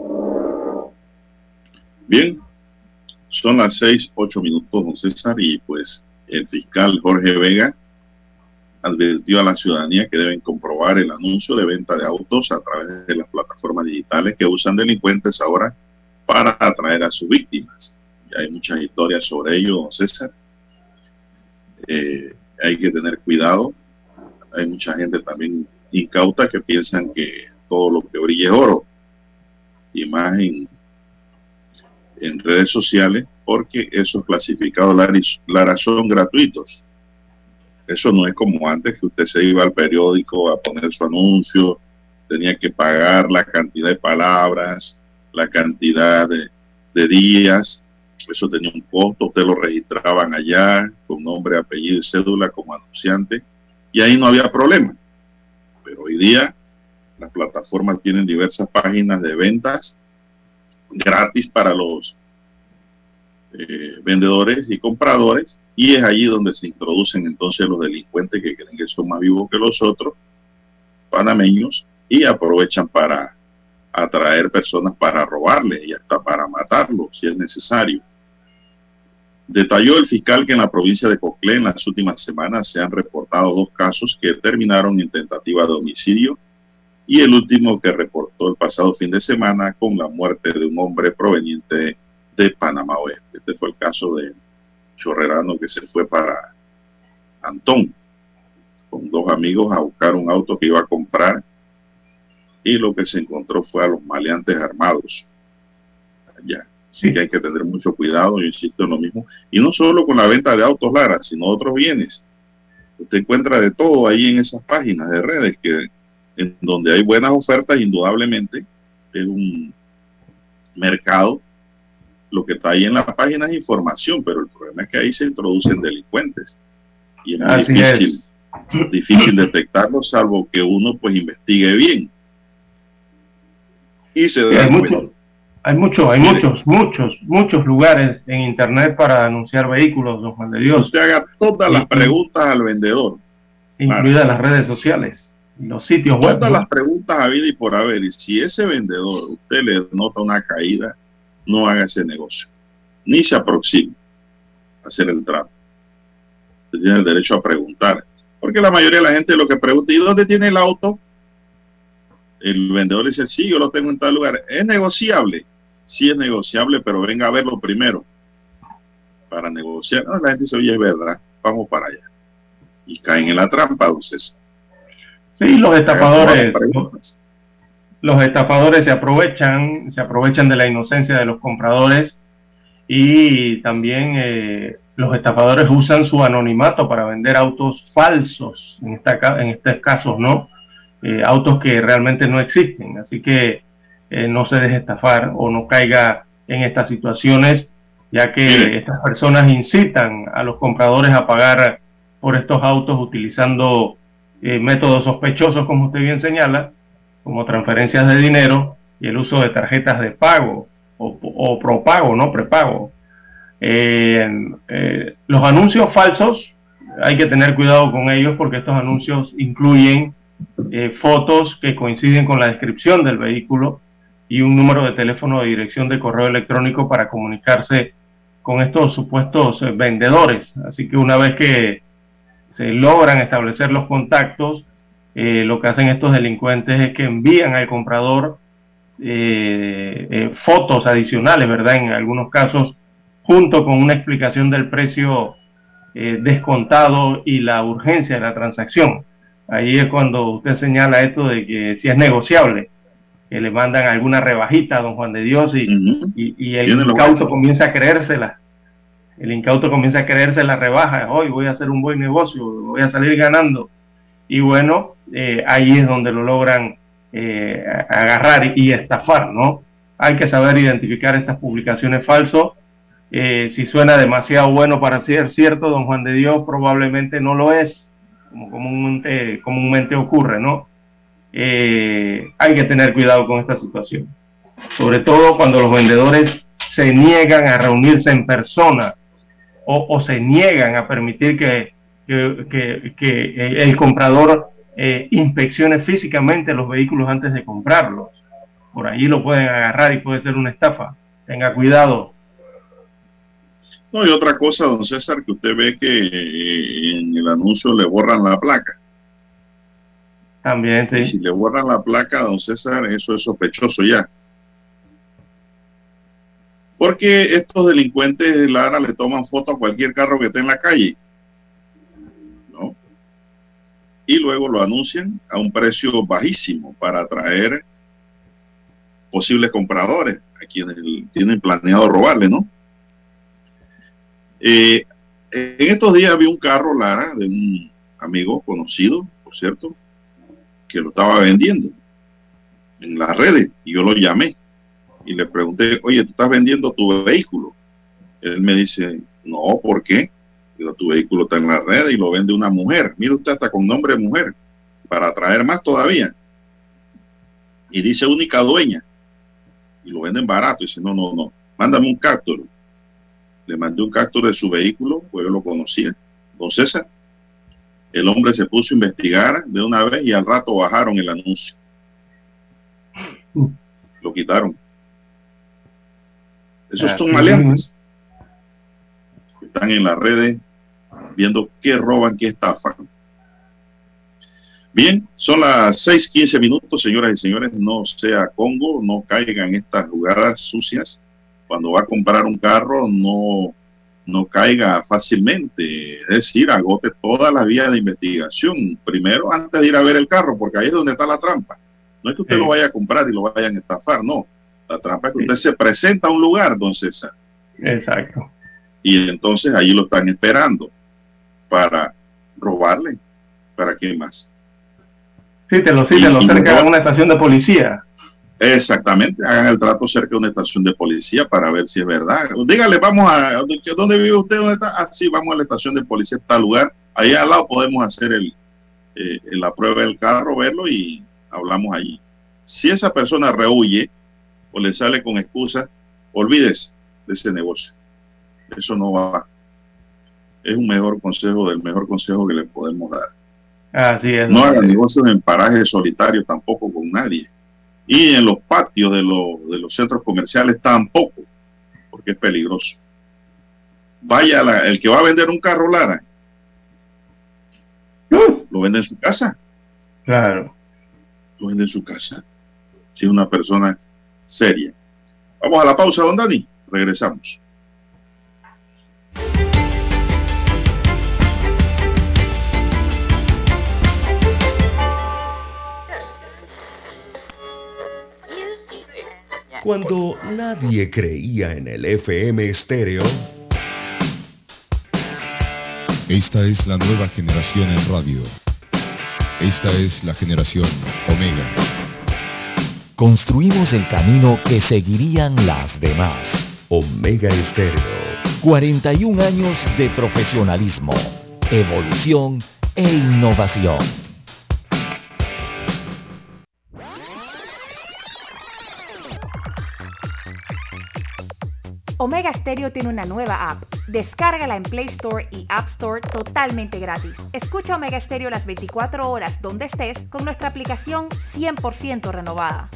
Bien, son las 6:08, don César, y pues el fiscal Jorge Vega advirtió a la ciudadanía que deben comprobar el anuncio de venta de autos a través de las plataformas digitales que usan delincuentes ahora para atraer a sus víctimas. Y hay muchas historias sobre ello, don César. Hay que tener cuidado. Hay mucha gente también incauta que piensan que todo lo que brilla es oro, y más en redes sociales, porque esos clasificados Lara son gratuitos. Eso no es como antes, que usted se iba al periódico a poner su anuncio, tenía que pagar la cantidad de palabras, la cantidad de días. Eso tenía un costo, usted lo registraban allá con nombre, apellido y cédula como anunciante, y ahí no había problema. Pero hoy día las plataformas tienen diversas páginas de ventas gratis para los vendedores y compradores, y es allí donde se introducen entonces los delincuentes que creen que son más vivos que los otros panameños, y aprovechan para atraer personas para robarle y hasta para matarlo si es necesario. Detalló el fiscal que en la provincia de Coclé en las últimas semanas se han reportado 2 casos que terminaron en tentativa de homicidio, y el último que reportó el pasado fin de semana con la muerte de un hombre proveniente de Panamá Oeste. Este fue el caso de chorrerano que se fue para Antón con 2 amigos a buscar un auto que iba a comprar, y lo que se encontró fue a los maleantes armados allá. Así que hay que tener mucho cuidado, yo insisto en lo mismo, y no solo con la venta de autos, Lara, sino otros bienes. Usted encuentra de todo ahí en esas páginas de redes, que en donde hay buenas ofertas, indudablemente es un mercado. Lo que está ahí en la página es información, pero el problema es que ahí se introducen delincuentes, y es muy difícil detectarlo, salvo que uno pues investigue bien y se da cuenta. Hay muchos lugares en internet para anunciar vehículos, don Juan de Dios. Usted haga todas las preguntas al vendedor, incluidas las redes sociales, los sitios web. Todas las preguntas a vida y por haber, y si ese vendedor usted le nota una caída, no haga ese negocio, ni se aproxime a hacer el trato. Usted tiene el derecho a preguntar, porque la mayoría de la gente lo que pregunta: ¿y dónde tiene el auto? El vendedor dice: sí, yo lo tengo en tal lugar. ¿Es negociable? Sí, es negociable, pero venga a verlo primero para negociar. No, la gente dice: oye, es verdad, vamos para allá, y caen en la trampa, entonces. Sí, los estafadores se aprovechan de la inocencia de los compradores, y también los estafadores usan su anonimato para vender autos falsos, en estos casos, ¿no? Autos que realmente no existen. Así que no se deje estafar o no caiga en estas situaciones, ya que estas personas incitan a los compradores a pagar por estos autos utilizando métodos sospechosos, como usted bien señala, como transferencias de dinero y el uso de tarjetas de pago o propago, no prepago. Los anuncios falsos, hay que tener cuidado con ellos, porque estos anuncios incluyen fotos que coinciden con la descripción del vehículo y un número de teléfono de dirección de correo electrónico para comunicarse con estos supuestos vendedores. Así que una vez que se logran establecer los contactos, lo que hacen estos delincuentes es que envían al comprador fotos adicionales, ¿verdad? En algunos casos, junto con una explicación del precio descontado y la urgencia de la transacción. Ahí es cuando usted señala esto de que si es negociable, que le mandan alguna rebajita a don Juan de Dios, y el incauto comienza a creérsela. El incauto comienza a creerse la rebaja, hoy voy a hacer un buen negocio, voy a salir ganando. Y bueno, ahí es donde lo logran agarrar y estafar, ¿no? Hay que saber identificar estas publicaciones falsas. Si suena demasiado bueno para ser cierto, don Juan de Dios, probablemente no lo es, como comúnmente ocurre, ¿no? Hay que tener cuidado con esta situación, sobre todo cuando los vendedores se niegan a reunirse en persona o se niegan a permitir que el comprador inspeccione físicamente los vehículos antes de comprarlos. Por allí lo pueden agarrar y puede ser una estafa. Tenga cuidado. No, y otra cosa, don César, que usted ve que en el anuncio le borran la placa. También, sí. Y si le borran la placa, don César, eso es sospechoso ya. Porque estos delincuentes, Lara, le toman foto a cualquier carro que esté en la calle, ¿no? Y luego lo anuncian a un precio bajísimo para atraer posibles compradores a quienes tienen planeado robarle, ¿no? En estos días vi un carro, Lara, de un amigo conocido, por cierto, que lo estaba vendiendo en las redes, y yo lo llamé y le pregunté, oye, ¿tú estás vendiendo tu vehículo? Él me dice, no, ¿por qué? Digo, tu vehículo está en la red y lo vende una mujer. Mira usted, hasta con nombre de mujer, para atraer más todavía. Y dice única dueña. Y lo venden barato. Y dice, no, mándame un capture. Le mandé un capture de su vehículo, pues yo lo conocía. Don César, el hombre se puso a investigar de una vez y al rato bajaron el anuncio. Lo quitaron. Esos son maleantes. Están en las redes viendo qué roban, qué estafan. Bien, son las 6:15 minutos, señoras y señores. No sea Congo, no caigan en estas jugadas sucias. Cuando va a comprar un carro, no caiga fácilmente. Es decir, agote todas las vías de investigación. Primero, antes de ir a ver el carro, porque ahí es donde está la trampa. No es que usted lo vaya a comprar y lo vayan a estafar, no. La trampa es que usted se presenta a un lugar, don César. Exacto. Y entonces ahí lo están esperando para robarle. ¿Para qué más? Cítelo cerca de una estación de policía. Exactamente, hagan el trato cerca de una estación de policía para ver si es verdad. Dígale, vamos a, ¿dónde vive usted? ¿Dónde está? Ah, sí, vamos a la estación de policía, tal lugar. Ahí al lado podemos hacer la prueba del carro, verlo y hablamos allí. Si esa persona rehuye o le sale con excusa, olvídese de ese negocio. Eso no va. Es un mejor consejo, del mejor consejo que le podemos dar. Así es. No hagan negocios en parajes solitarios tampoco con nadie. Y en los patios de los centros comerciales tampoco, porque es peligroso. Vaya, el que va a vender un carro, Lara, lo vende en su casa. Claro. Lo vende en su casa. Si es una persona seria. Vamos a la pausa, don Dani. Regresamos. Cuando nadie creía en el FM estéreo. Esta es la nueva generación en radio. Esta es la generación Omega. Construimos el camino que seguirían las demás. Omega Estéreo. 41 años de profesionalismo, evolución e innovación. Omega Stereo tiene una nueva app. Descárgala en Play Store y App Store totalmente gratis. Escucha Omega Stereo las 24 horas donde estés con nuestra aplicación 100% renovada.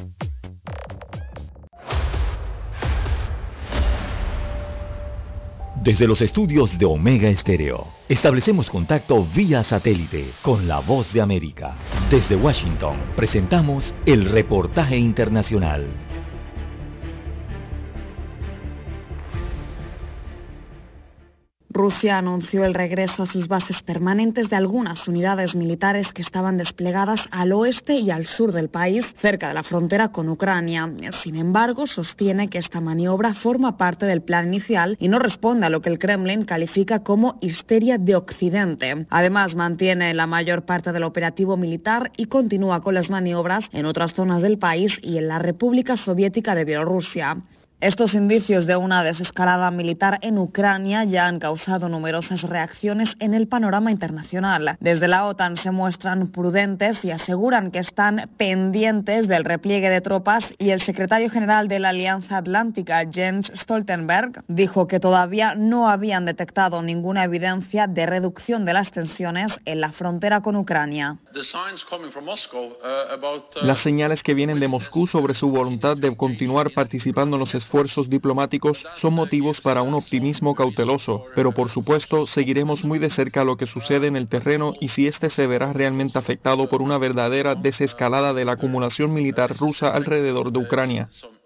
Desde los estudios de Omega Estéreo, establecemos contacto vía satélite con la Voz de América. Desde Washington, presentamos el reportaje internacional. Rusia anunció el regreso a sus bases permanentes de algunas unidades militares que estaban desplegadas al oeste y al sur del país, cerca de la frontera con Ucrania. Sin embargo, sostiene que esta maniobra forma parte del plan inicial y no responde a lo que el Kremlin califica como histeria de Occidente. Además, mantiene la mayor parte del operativo militar y continúa con las maniobras en otras zonas del país y en la República Soviética de Bielorrusia. Estos indicios de una desescalada militar en Ucrania ya han causado numerosas reacciones en el panorama internacional. Desde la OTAN se muestran prudentes y aseguran que están pendientes del repliegue de tropas, y el secretario general de la Alianza Atlántica, Jens Stoltenberg, dijo que todavía no habían detectado ninguna evidencia de reducción de las tensiones en la frontera con Ucrania. Las señales que vienen de Moscú sobre su voluntad de continuar participando en los esfuerzos diplomáticos son motivos para un optimismo cauteloso, pero por supuesto seguiremos muy de cerca lo que sucede en el terreno y si este se verá realmente afectado por una verdadera desescalada de la acumulación militar rusa alrededor de Ucrania.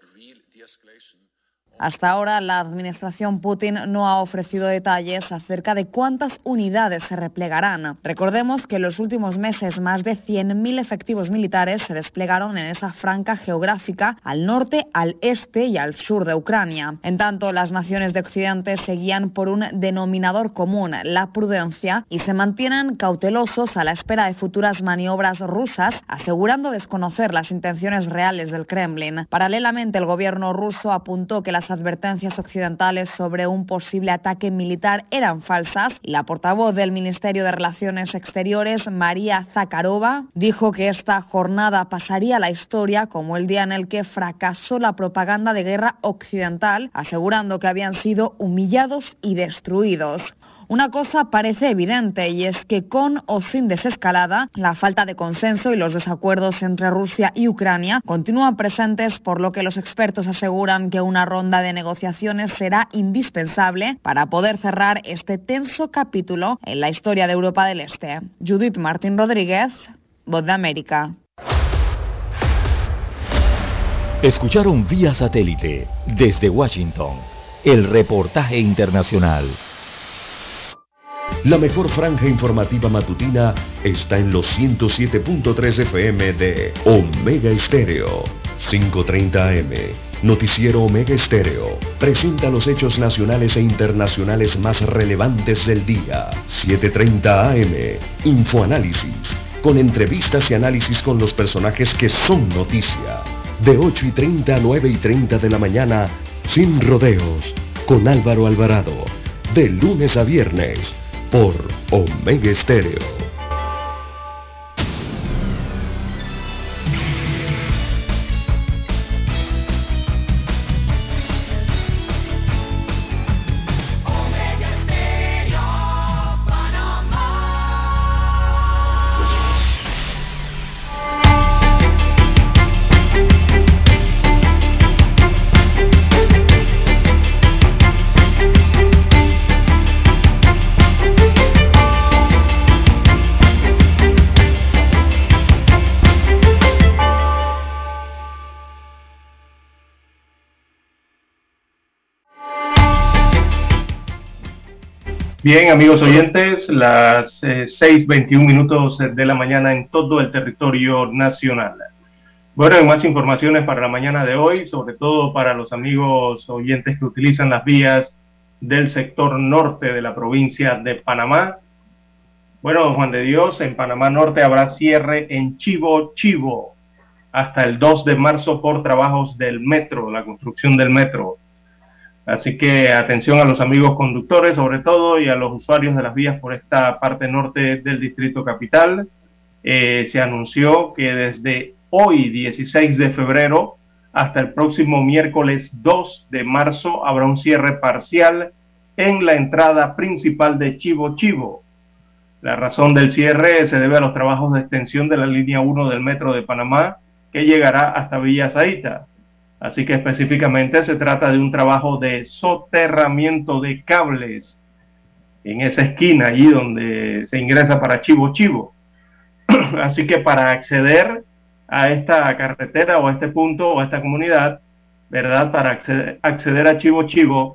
Hasta ahora, la administración Putin no ha ofrecido detalles acerca de cuántas unidades se replegarán. Recordemos que en los últimos meses más de 100.000 efectivos militares se desplegaron en esa franja geográfica al norte, al este y al sur de Ucrania. En tanto, las naciones de Occidente se guían por un denominador común, la prudencia, y se mantienen cautelosos a la espera de futuras maniobras rusas, asegurando desconocer las intenciones reales del Kremlin. Paralelamente, el gobierno ruso apuntó que las advertencias occidentales sobre un posible ataque militar eran falsas, y la portavoz del Ministerio de Relaciones Exteriores, María Zakharova, dijo que esta jornada pasaría a la historia como el día en el que fracasó la propaganda de guerra occidental, asegurando que habían sido humillados y destruidos. Una cosa parece evidente, y es que con o sin desescalada, la falta de consenso y los desacuerdos entre Rusia y Ucrania continúan presentes, por lo que los expertos aseguran que una ronda de negociaciones será indispensable para poder cerrar este tenso capítulo en la historia de Europa del Este. Judith Martín Rodríguez, Voz de América. Escucharon vía satélite desde Washington el reportaje internacional. La mejor franja informativa matutina está en los 107.3 FM de Omega Estéreo. 5:30 AM. Noticiero Omega Estéreo. Presenta los hechos nacionales e internacionales más relevantes del día. 7:30 AM. Infoanálisis. Con entrevistas y análisis con los personajes que son noticia. De 8:30 a 9:30 de la mañana. Sin rodeos. Con Álvaro Alvarado. De lunes a viernes. Por Omega Estéreo. Bien, amigos oyentes, las 6:21 minutos de la mañana en todo el territorio nacional. Bueno, hay más informaciones para la mañana de hoy, sobre todo para los amigos oyentes que utilizan las vías del sector norte de la provincia de Panamá. Bueno, Juan de Dios, en Panamá Norte habrá cierre en Chivo Chivo hasta el 2 de marzo por trabajos del metro, la construcción del metro. Así que atención a los amigos conductores, sobre todo, y a los usuarios de las vías por esta parte norte del Distrito Capital. Se anunció que desde hoy, 16 de febrero, hasta el próximo miércoles 2 de marzo, habrá un cierre parcial en la entrada principal de Chivo Chivo. La razón del cierre se debe a los trabajos de extensión de la línea 1 del Metro de Panamá, que llegará hasta Villa Zaita. Así que específicamente se trata de un trabajo de soterramiento de cables en esa esquina allí donde se ingresa para Chivo Chivo. Así que para acceder a esta carretera o a este punto o a esta comunidad, ¿verdad? Para acceder a Chivo Chivo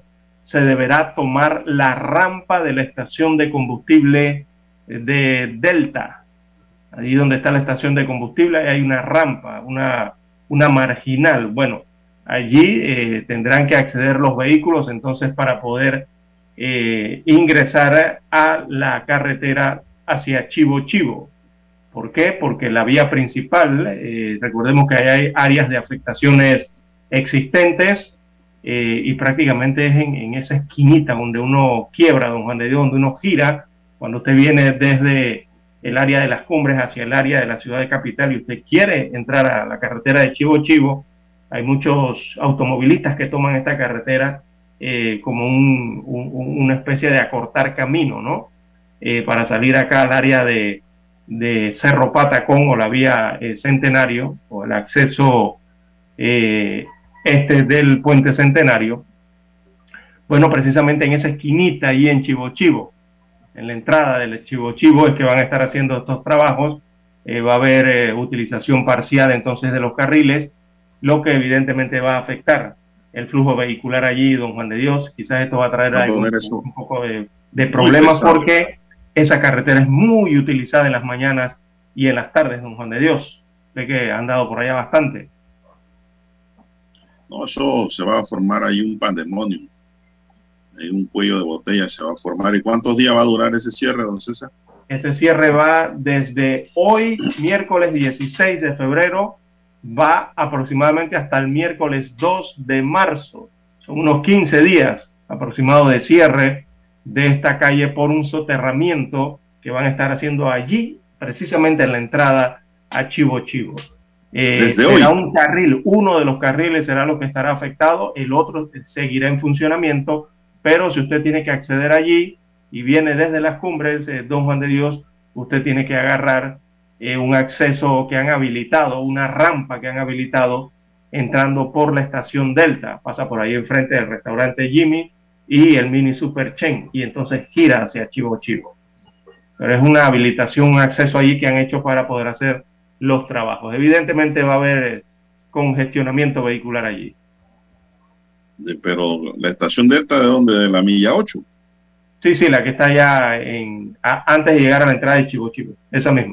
se deberá tomar la rampa de la estación de combustible de Delta. Allí donde está la estación de combustible hay una rampa, una marginal. Bueno, allí tendrán que acceder los vehículos entonces para poder ingresar a la carretera hacia Chivo Chivo. ¿Por qué? Porque la vía principal, recordemos que hay áreas de afectaciones existentes y prácticamente es en esa esquinita donde uno quiebra, don Juan de Dios, donde uno gira, cuando usted viene desde el área de las Cumbres hacia el área de la ciudad de Capital y usted quiere entrar a la carretera de Chivo Chivo, hay muchos automovilistas que toman esta carretera como una especie de acortar camino, ¿no? Para salir acá al área de Cerro Patacón o la vía Centenario o el acceso del puente Centenario. Bueno, precisamente en esa esquinita ahí en Chivo Chivo, en la entrada del Chivo Chivo es que van a estar haciendo estos trabajos. Va a haber utilización parcial entonces de los carriles, lo que evidentemente va a afectar el flujo vehicular allí, don Juan de Dios. Quizás esto va a traer un poco de problemas porque esa carretera es muy utilizada en las mañanas y en las tardes, don Juan de Dios. Sé que han dado por allá bastante. No, eso se va a formar ahí un pandemonio. Hay un cuello de botella se va a formar. ¿Y cuántos días va a durar ese cierre, don César? Ese cierre va desde hoy, miércoles 16 de febrero, va aproximadamente hasta el miércoles 2 de marzo. Son unos 15 días aproximados de cierre de esta calle por un soterramiento que van a estar haciendo allí, precisamente en la entrada a Chivo Chivo. Será un carril, uno de los carriles será lo que estará afectado, el otro seguirá en funcionamiento, pero si usted tiene que acceder allí y viene desde las Cumbres, don Juan de Dios, usted tiene que agarrar un acceso que han habilitado, una rampa que han habilitado entrando por la estación Delta, pasa por ahí enfrente del restaurante Jimmy y el mini Super Chen, y entonces gira hacia Chivo Chivo. Pero es una habilitación, un acceso allí que han hecho para poder hacer los trabajos. Evidentemente va a haber congestionamiento vehicular allí. Pero la estación Delta, ¿de dónde? ¿De la milla 8? Sí, la que está allá antes de llegar a la entrada de Chivo Chivo, esa misma.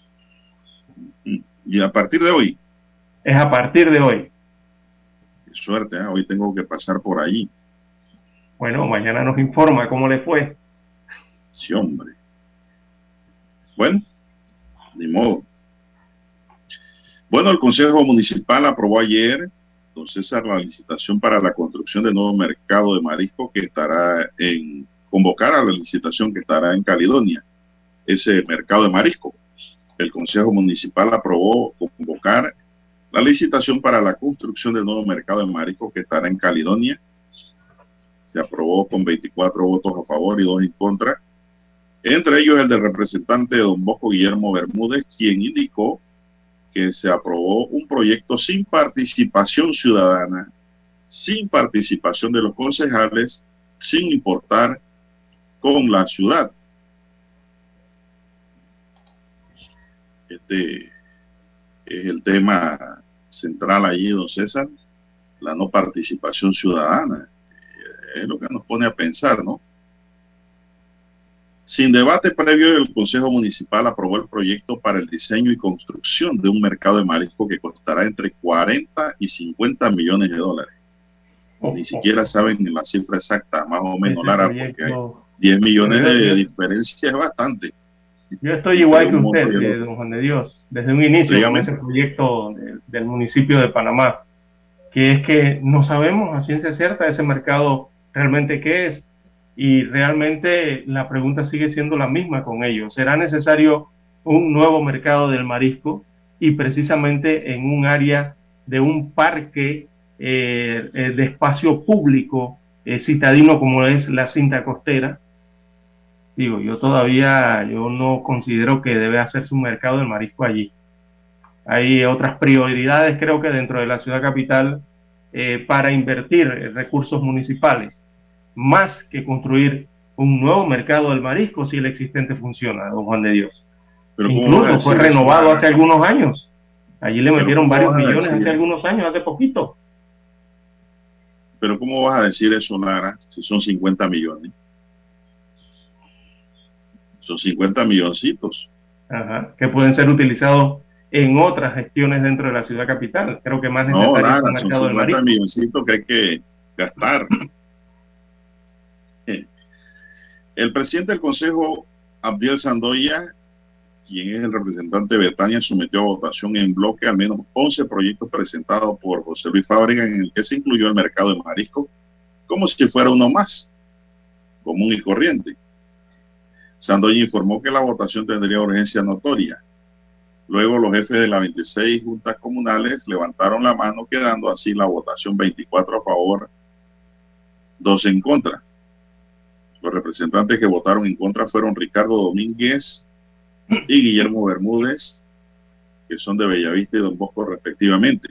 ¿Y a partir de hoy? Es a partir de hoy. Qué suerte, ¿eh? Hoy tengo que pasar por allí. Bueno, mañana nos informa cómo le fue. Sí, hombre. Bueno, ni modo. Bueno, el Consejo Municipal aprobó ayer, don César, la licitación para la construcción del nuevo mercado de marisco que estará convocar a la licitación que estará en Caledonia, ese mercado de marisco. El Consejo Municipal aprobó convocar la licitación para la construcción del nuevo mercado de marisco que estará en Caledonia. Se aprobó con 24 votos a favor y 2 en contra. Entre ellos el del representante don Bosco Guillermo Bermúdez, quien indicó que se aprobó un proyecto sin participación ciudadana, sin participación de los concejales, sin importar con la ciudad. Este es el tema central allí, don César, la no participación ciudadana. Es lo que nos pone a pensar, ¿no? Sin debate previo, el Consejo Municipal aprobó el proyecto para el diseño y construcción de un mercado de marisco que costará entre 40 y 50 millones de dólares. Ni siquiera saben la cifra exacta, más o menos, Lara, porque hay 10 millones de diferencia, es bastante. Yo estoy igual que usted, don Juan de Dios, desde un inicio con ese proyecto del municipio de Panamá, que es que no sabemos a ciencia cierta ese mercado realmente qué es, y realmente la pregunta sigue siendo la misma con ellos. ¿Será necesario un nuevo mercado del marisco y precisamente en un área de un parque de espacio público citadino como es la cinta costera? Digo, yo no considero que debe hacerse un mercado del marisco allí. Hay otras prioridades, creo que dentro de la ciudad capital, para invertir recursos municipales, más que construir un nuevo mercado del marisco si el existente funciona, don Juan de Dios. Pero incluso fue renovado hace algunos años. Allí le metieron varios millones hace algunos años, hace poquito. Pero ¿cómo vas a decir eso, Lara, si son 50 millones? Son 50 milloncitos. Ajá, que pueden ser utilizados en otras gestiones dentro de la ciudad capital. Creo que más No, necesario es un Lara, son mercado del 50 marisco. milloncitos que hay que gastar. El presidente del Consejo, Abdiel Sandoya, quien es el representante de Betania, sometió a votación en bloque al menos 11 proyectos presentados por José Luis Fábrega, en el que se incluyó el mercado de marisco como si fuera uno más, común y corriente. Sandoya informó que la votación tendría urgencia notoria. Luego los jefes de las 26 juntas comunales levantaron la mano, quedando así la votación 24 a favor, 2 en contra. Los representantes que votaron en contra fueron Ricardo Domínguez y Guillermo Bermúdez, que son de Bellavista y Don Bosco respectivamente.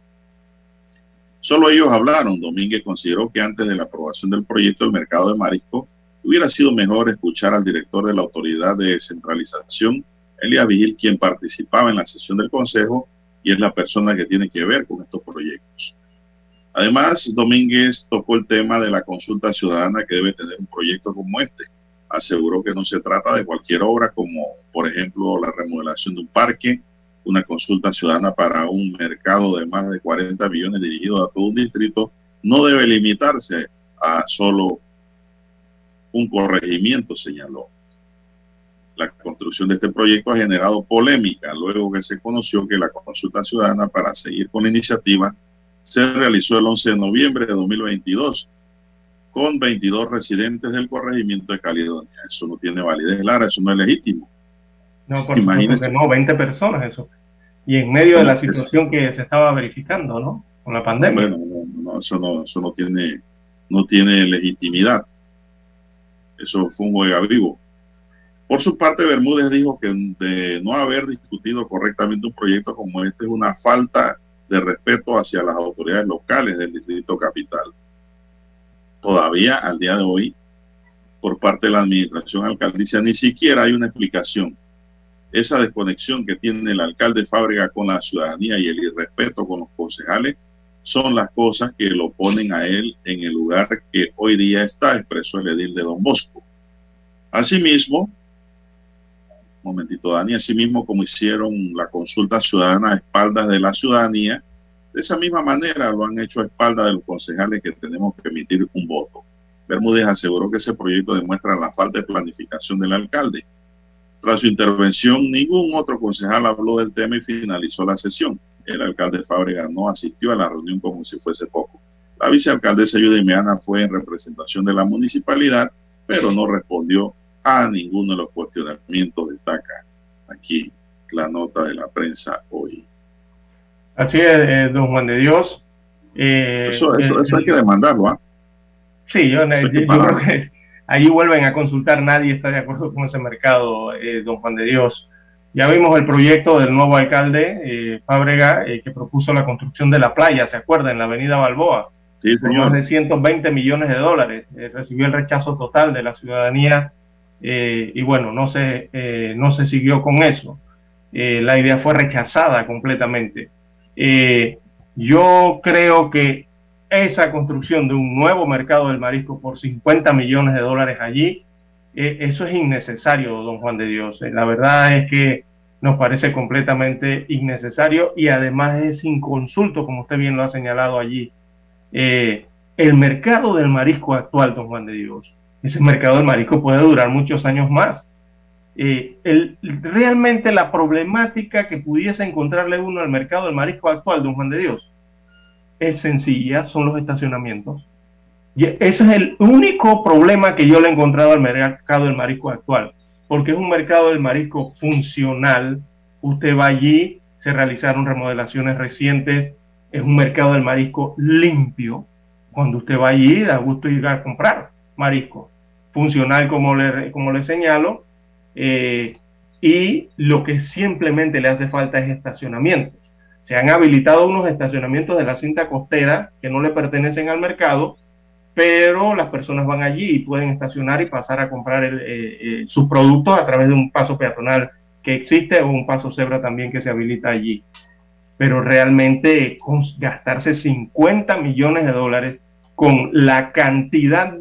Solo ellos hablaron. Domínguez consideró que antes de la aprobación del proyecto del mercado de marisco hubiera sido mejor escuchar al director de la Autoridad de Descentralización, Elia Vigil, quien participaba en la sesión del Consejo y es la persona que tiene que ver con estos proyectos. Además, Domínguez tocó el tema de la consulta ciudadana que debe tener un proyecto como este. Aseguró que no se trata de cualquier obra, como por ejemplo la remodelación de un parque. Una consulta ciudadana para un mercado de más de 40 millones dirigido a todo un distrito no debe limitarse a solo un corregimiento, señaló. La construcción de este proyecto ha generado polémica luego que se conoció que la consulta ciudadana para seguir con la iniciativa se realizó el 11 de noviembre de 2022 con 22 residentes del corregimiento de Caledonia. Eso no tiene validez, Lara, eso no es legítimo. No, por supuesto que no, 20 personas eso. Y en medio de la situación que se estaba verificando, ¿no? Con la pandemia. Bueno, eso no tiene legitimidad. Eso fue un juega vivo. Por su parte, Bermúdez dijo que de no haber discutido correctamente un proyecto como este es una falta de respeto hacia las autoridades locales del Distrito Capital. Todavía, al día de hoy, por parte de la administración alcaldicia, ni siquiera hay una explicación. Esa desconexión que tiene el alcalde Fábrega con la ciudadanía y el irrespeto con los concejales son las cosas que lo ponen a él en el lugar que hoy día está, expresó el edil de Don Bosco. Asimismo, Dani, asimismo como hicieron la consulta ciudadana a espaldas de la ciudadanía, de esa misma manera lo han hecho a espaldas de los concejales que tenemos que emitir un voto. Bermúdez aseguró que ese proyecto demuestra la falta de planificación del alcalde. Tras su intervención, ningún otro concejal habló del tema y finalizó la sesión. El alcalde Fábrega no asistió a la reunión como si fuese poco. La vicealcaldesa Yudy Meana fue en representación de la municipalidad, pero no respondió a ninguno de los cuestionamientos, destaca aquí la nota de la prensa hoy. Así es, don Juan de Dios. Eso hay que demandarlo, ¿ah? Sí, yo creo que allí vuelven a consultar, nadie está de acuerdo con ese mercado, don Juan de Dios. Ya vimos el proyecto del nuevo alcalde, Fábrega, que propuso la construcción de la playa, ¿se acuerda? En la avenida Balboa. Sí, señor. Más de 120 millones de dólares. Recibió el rechazo total de la ciudadanía y bueno, no se siguió con eso. La idea fue rechazada completamente. Yo creo que esa construcción de un nuevo mercado del marisco por 50 millones de dólares allí, eso es innecesario, don Juan de Dios. La verdad es que nos parece completamente innecesario y además es inconsulto, como usted bien lo ha señalado allí. El mercado del marisco actual, don Juan de Dios, ese mercado del marisco puede durar muchos años más. Realmente la problemática que pudiese encontrarle uno al mercado del marisco actual, don Juan de Dios, es sencilla, son los estacionamientos. Y ese es el único problema que yo le he encontrado al mercado del marisco actual, porque es un mercado del marisco funcional. Usted va allí, se realizaron remodelaciones recientes, es un mercado del marisco limpio. Cuando usted va allí, da gusto ir a comprar marisco. Funcional, como le señalo, y lo que simplemente le hace falta es estacionamientos. Se han habilitado unos estacionamientos de la cinta costera que no le pertenecen al mercado, pero las personas van allí y pueden estacionar y pasar a comprar sus productos a través de un paso peatonal que existe o un paso cebra también que se habilita allí. Pero realmente gastarse 50 millones de dólares con la cantidad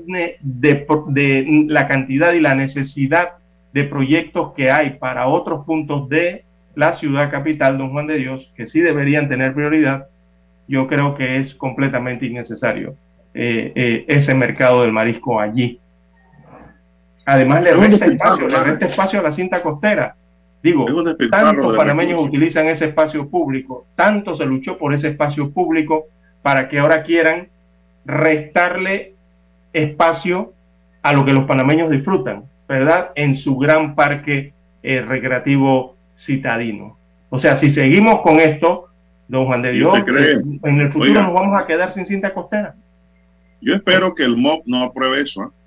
la cantidad y la necesidad de proyectos que hay para otros puntos de la ciudad capital, Don Juan de Dios, que sí deberían tener prioridad, yo creo que es completamente innecesario ese mercado del marisco allí. Además le resta espacio a la cinta costera. Digo, tantos panameños utilizan ese espacio público, tanto se luchó por ese espacio público para que ahora quieran restarle espacio a lo que los panameños disfrutan, ¿verdad? En su gran parque recreativo citadino. O sea, si seguimos con esto, Don Juan de Dios, en el futuro nos vamos a quedar sin cinta costera. Yo espero que el MOP no apruebe eso, ¿eh?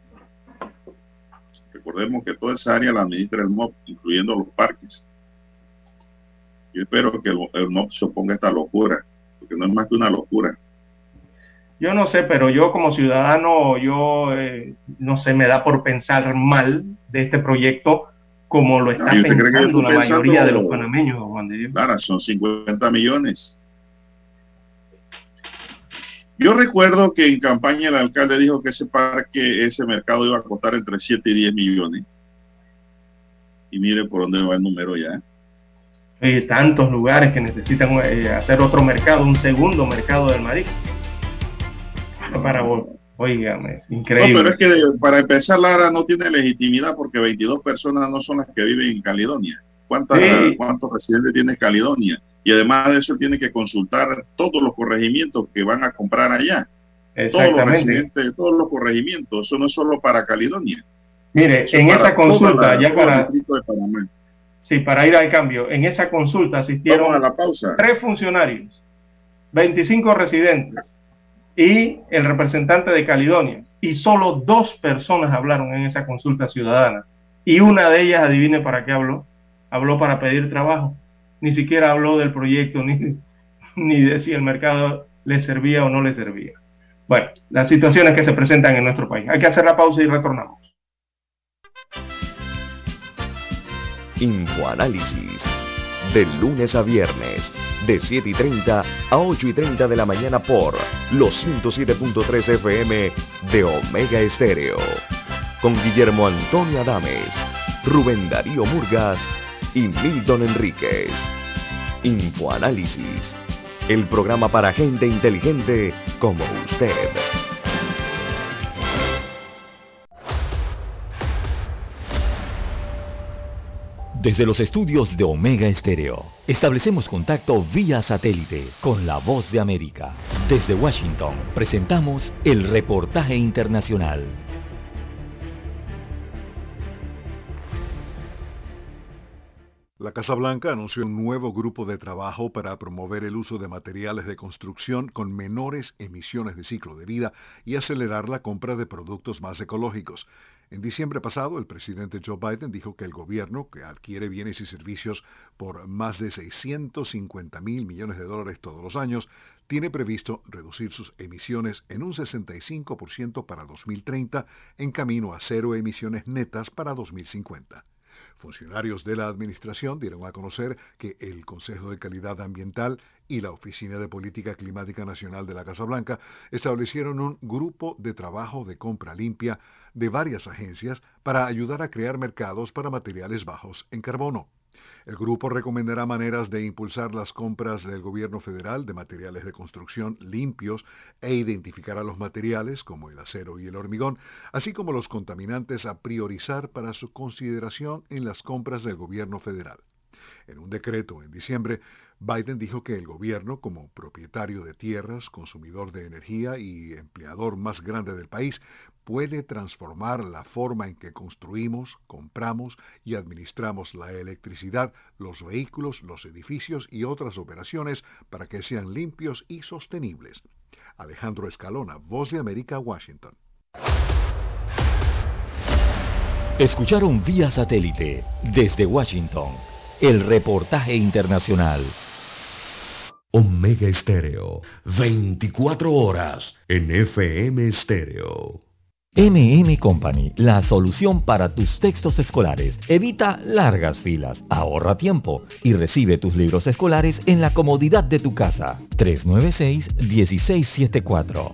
Recordemos que toda esa área la administra el MOP, incluyendo los parques. Yo espero que el MOP se oponga a esta locura, porque no es más que una locura. Yo no sé, pero yo como ciudadano, no sé, me da por pensar mal de este proyecto como lo está pensando la mayoría de los panameños, Juan de Dios. Claro, son 50 millones. Yo recuerdo que en campaña el alcalde dijo que ese mercado iba a costar entre 7 y 10 millones. Y mire por dónde va el número ya. Tantos lugares que necesitan hacer otro mercado, un segundo mercado del marisco. Oígame, increíble. No, pero es que para empezar, Lara no tiene legitimidad porque 22 personas no son las que viven en Caledonia. ¿Cuántos residentes tiene Caledonia? Y además de eso tiene que consultar todos los corregimientos que van a comprar allá. Todos los residentes de todos los corregimientos. Eso no es solo para Caledonia. Mire, en esa consulta, para ir al cambio, en esa consulta asistieron 3 funcionarios, 25 residentes y el representante de Caledonia. Y solo 2 personas hablaron en esa consulta ciudadana. Y una de ellas, adivine para qué habló. Habló para pedir trabajo. Ni siquiera habló del proyecto, ni de si el mercado le servía o no le servía. Bueno, las situaciones que se presentan en nuestro país. Hay que hacer la pausa y retornamos. Infoanálisis, de lunes a viernes, de 7:30 a 8:30 de la mañana por los 107.3 FM de Omega Estéreo. Con Guillermo Antonio Adames, Rubén Darío Murgas y Milton Enríquez. Infoanálisis, el programa para gente inteligente como usted. Desde los estudios de Omega Estéreo, establecemos contacto vía satélite con la Voz de América. Desde Washington, presentamos el reportaje internacional. La Casa Blanca anunció un nuevo grupo de trabajo para promover el uso de materiales de construcción con menores emisiones de ciclo de vida y acelerar la compra de productos más ecológicos. En diciembre pasado, el presidente Joe Biden dijo que el gobierno, que adquiere bienes y servicios por más de $650 mil millones todos los años, tiene previsto reducir sus emisiones en un 65% para 2030, en camino a cero emisiones netas para 2050. Funcionarios de la administración dieron a conocer que el Consejo de Calidad Ambiental y la Oficina de Política Climática Nacional de la Casa Blanca establecieron un grupo de trabajo de compra limpia de varias agencias para ayudar a crear mercados para materiales bajos en carbono. El grupo recomendará maneras de impulsar las compras del gobierno federal de materiales de construcción limpios e identificará los materiales, como el acero y el hormigón, así como los contaminantes a priorizar para su consideración en las compras del gobierno federal. En un decreto en diciembre, Biden dijo que el gobierno, como propietario de tierras, consumidor de energía y empleador más grande del país, puede transformar la forma en que construimos, compramos y administramos la electricidad, los vehículos, los edificios y otras operaciones para que sean limpios y sostenibles. Alejandro Escalona, Voz de América, Washington. Escucharon vía satélite desde Washington el reportaje internacional. Omega Estéreo, 24 horas en FM Estéreo. MM Company, la solución para tus textos escolares. Evita largas filas, ahorra tiempo y recibe tus libros escolares en la comodidad de tu casa. 396-1674,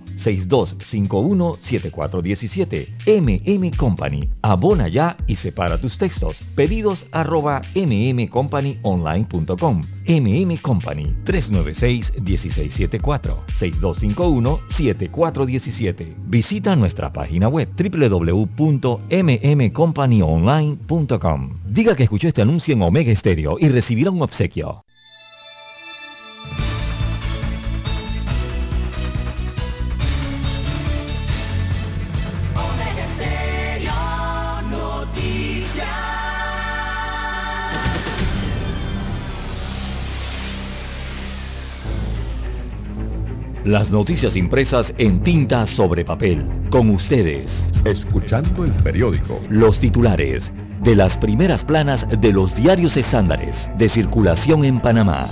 6251-7417. MM Company. Abona ya y separa tus textos. Pedidos @mmcompanyonline.com. MM Company, 396-1674, 6251-7417. Visita nuestra página web www.mmcompanyonline.com. Diga que escuchó este anuncio en Omega Stereo y recibirá un obsequio. Las noticias impresas en tinta sobre papel. Con ustedes. Escuchando el periódico. Los titulares de las primeras planas de los diarios estándares de circulación en Panamá.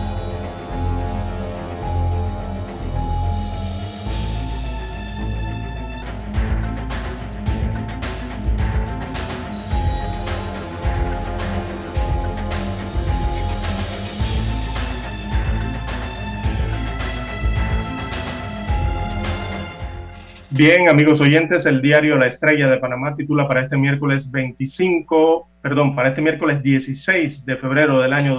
Bien, amigos oyentes, el diario La Estrella de Panamá titula para este miércoles 16 de febrero del año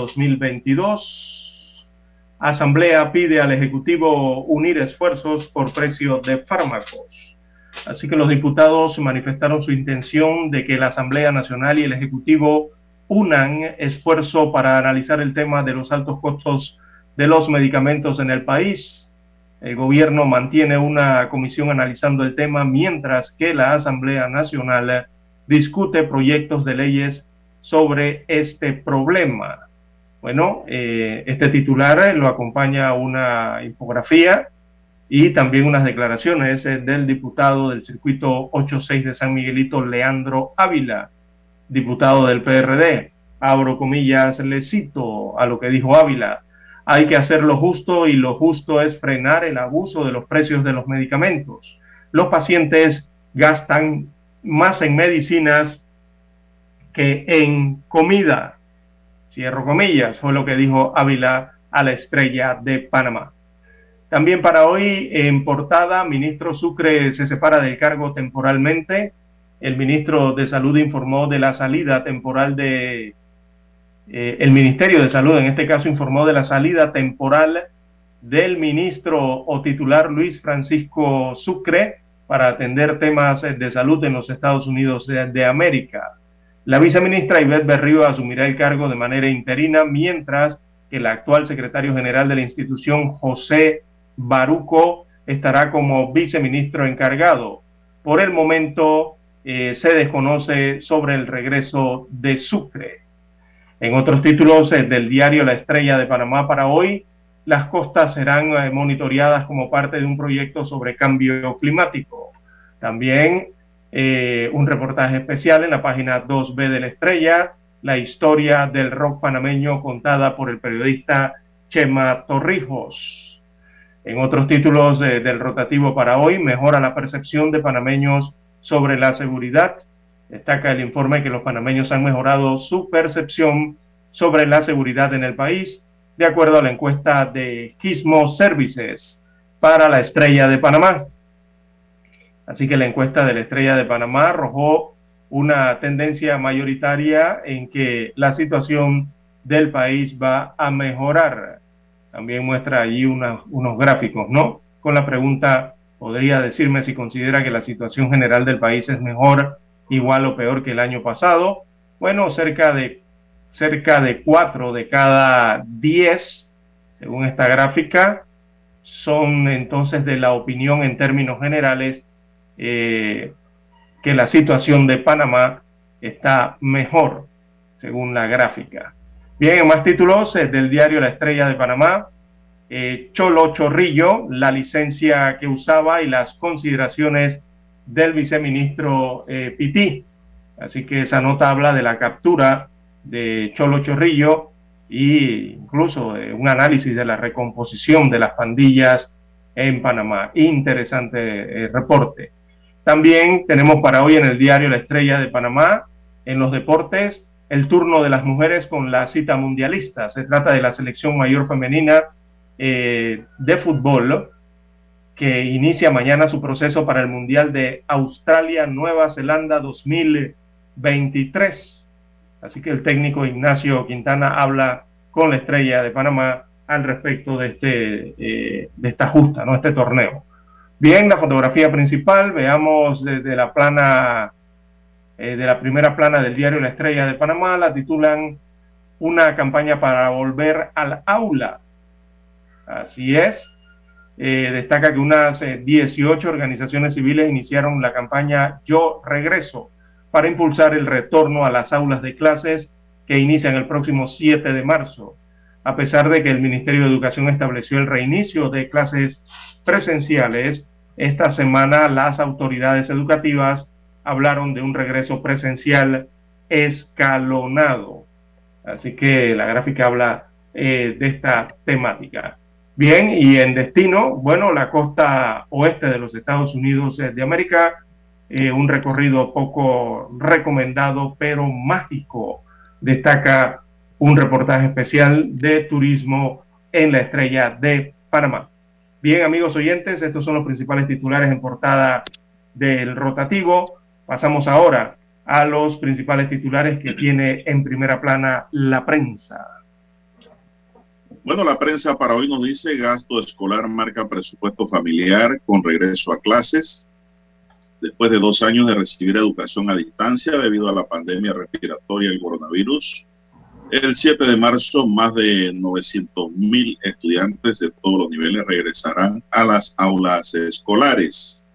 2022. Asamblea pide al Ejecutivo unir esfuerzos por precio de fármacos. Así que los diputados manifestaron su intención de que la Asamblea Nacional y el Ejecutivo unan esfuerzo para analizar el tema de los altos costos de los medicamentos en el país. El gobierno mantiene una comisión analizando el tema, mientras que la Asamblea Nacional discute proyectos de leyes sobre este problema. Bueno, este titular lo acompaña una infografía y también unas declaraciones del diputado del circuito 86 de San Miguelito, Leandro Ávila, diputado del PRD. Abro comillas, le cito a lo que dijo Ávila. Hay que hacer lo justo y lo justo es frenar el abuso de los precios de los medicamentos. Los pacientes gastan más en medicinas que en comida. Cierro comillas, fue lo que dijo Ávila a La Estrella de Panamá. También para hoy, en portada, ministro Sucre se separa del cargo temporalmente. El ministro de Salud informó de la salida temporal de... el Ministerio de Salud, en este caso, informó de la salida temporal del ministro o titular Luis Francisco Sucre para atender temas de salud en los Estados Unidos de América. La viceministra Ivette Berrío asumirá el cargo de manera interina, mientras que el actual secretario general de la institución, José Baruco, estará como viceministro encargado. Por el momento, se desconoce sobre el regreso de Sucre. En otros títulos del diario La Estrella de Panamá para hoy, las costas serán monitoreadas como parte de un proyecto sobre cambio climático. También un reportaje especial en la página 2B de La Estrella, la historia del rock panameño contada por el periodista Chema Torrijos. En otros títulos del rotativo para hoy, mejora la percepción de panameños sobre la seguridad. Destaca el informe que los panameños han mejorado su percepción sobre la seguridad en el país, de acuerdo a la encuesta de Gizmo Services para La Estrella de Panamá. Así que la encuesta de La Estrella de Panamá arrojó una tendencia mayoritaria en que la situación del país va a mejorar. También muestra allí unos gráficos, ¿no? Con la pregunta, ¿podría decirme si considera que la situación general del país es mejor, igual o peor que el año pasado? Bueno, cerca de 4 de cada 10, según esta gráfica, son entonces de la opinión en términos generales que la situación de Panamá está mejor, según la gráfica. Bien, en más títulos del diario La Estrella de Panamá, Cholo Chorrillo, la licencia que usaba y las consideraciones del viceministro Pití. Así que esa nota habla de la captura de Cholo Chorrillo e incluso un análisis de la recomposición de las pandillas en Panamá. Interesante reporte. También tenemos para hoy en el diario La Estrella de Panamá, en los deportes, el turno de las mujeres con la cita mundialista. Se trata de la selección mayor femenina de fútbol, que inicia mañana su proceso para el Mundial de Australia-Nueva Zelanda 2023. Así que el técnico Ignacio Quintana habla con La Estrella de Panamá al respecto de esta justa, ¿no? Este torneo. Bien, la fotografía principal, veamos desde la plana, de la primera plana del diario La Estrella de Panamá, la titulan Una campaña para volver al aula. Así es, destaca que unas 18 organizaciones civiles iniciaron la campaña Yo Regreso para impulsar el retorno a las aulas de clases que inician el próximo 7 de marzo. A pesar de que el Ministerio de Educación estableció el reinicio de clases presenciales, esta semana las autoridades educativas hablaron de un regreso presencial escalonado. Así que la gráfica habla de esta temática. Bien, y en destino, bueno, la costa oeste de los Estados Unidos de América, un recorrido poco recomendado, pero mágico. Destaca un reportaje especial de turismo en La Estrella de Panamá. Bien, amigos oyentes, estos son los principales titulares en portada del rotativo. Pasamos ahora a los principales titulares que tiene en primera plana la prensa. Bueno, la prensa para hoy nos dice: gasto escolar marca presupuesto familiar con regreso a clases. Después de 2 años de recibir educación a distancia debido a la pandemia respiratoria del coronavirus, el 7 de marzo más de 900,000 estudiantes de todos los niveles regresarán a las aulas escolares.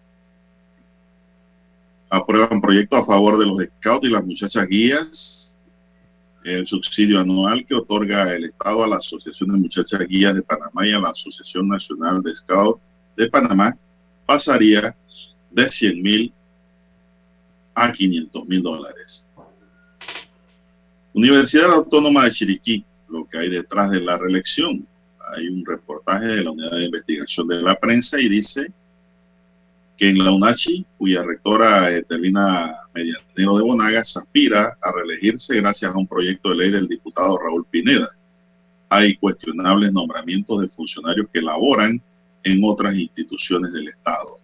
Aprueban proyecto a favor de los scouts y las muchachas guías. El subsidio anual que otorga el Estado a la Asociación de Muchachas Guías de Panamá y a la Asociación Nacional de Scouts de Panamá pasaría de 100,000 a 500,000 dólares. Universidad Autónoma de Chiriquí, lo que hay detrás de la reelección. Hay un reportaje de la Unidad de Investigación de la Prensa y dice que en la UNACHI, cuya rectora Etelvina Medianero de Bonagas aspira a reelegirse gracias a un proyecto de ley del diputado Raúl Pineda. Hay cuestionables nombramientos de funcionarios que laboran en otras instituciones del Estado.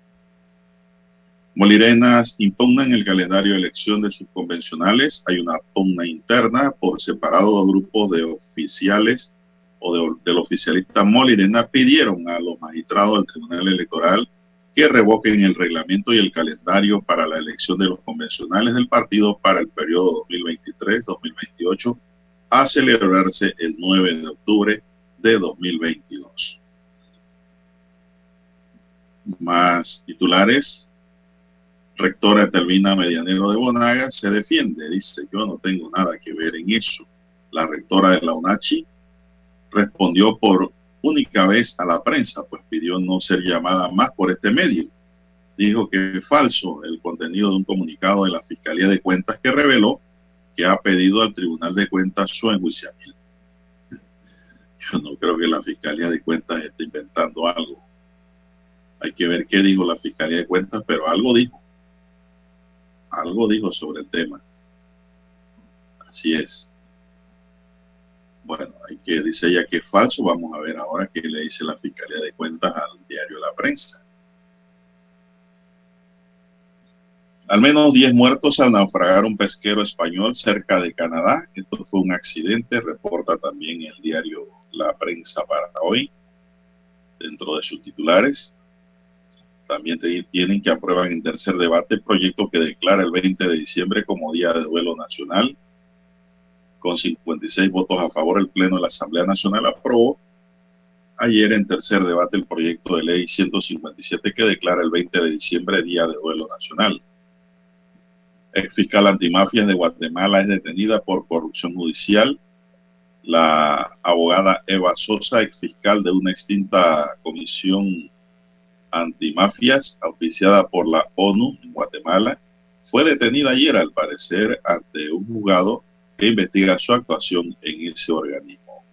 Molirenas impugnan el calendario de elección de sus convencionales. Hay una pugna interna por separado de grupos de oficiales o del oficialista Molirena pidieron a los magistrados del Tribunal Electoral que revoquen el reglamento y el calendario para la elección de los convencionales del partido para el periodo 2023-2028 a celebrarse el 9 de octubre de 2022. Más titulares. Rectora Etelvina Medianero de Bonagas se defiende, dice: yo no tengo nada que ver en eso. La rectora de la UNACHI respondió por única vez a la prensa, pues pidió no ser llamada más por este medio. Dijo que es falso el contenido de un comunicado de la Fiscalía de Cuentas que reveló que ha pedido al Tribunal de Cuentas su enjuiciamiento. Yo no creo que la Fiscalía de Cuentas esté inventando algo. Hay que ver qué dijo la Fiscalía de Cuentas, pero algo dijo. Algo dijo sobre el tema. Así es. Bueno, dice ella que es falso. Vamos a ver ahora qué le dice la Fiscalía de Cuentas al diario La Prensa. Al menos 10 muertos al naufragar un pesquero español cerca de Canadá. Esto fue un accidente, reporta también el diario La Prensa para hoy, dentro de sus titulares. También tienen que aprueban en tercer debate el proyecto que declara el 20 de diciembre como Día de Duelo Nacional. Con 56 votos a favor, el Pleno de la Asamblea Nacional aprobó ayer en tercer debate el proyecto de ley 157 que declara el 20 de diciembre Día de Duelo Nacional. Exfiscal antimafia de Guatemala es detenida por corrupción judicial. La abogada Eva Sosa, exfiscal de una extinta comisión antimafias auspiciada por la ONU en Guatemala, fue detenida ayer, al parecer, ante un juzgado que investiga su actuación en ese organismo.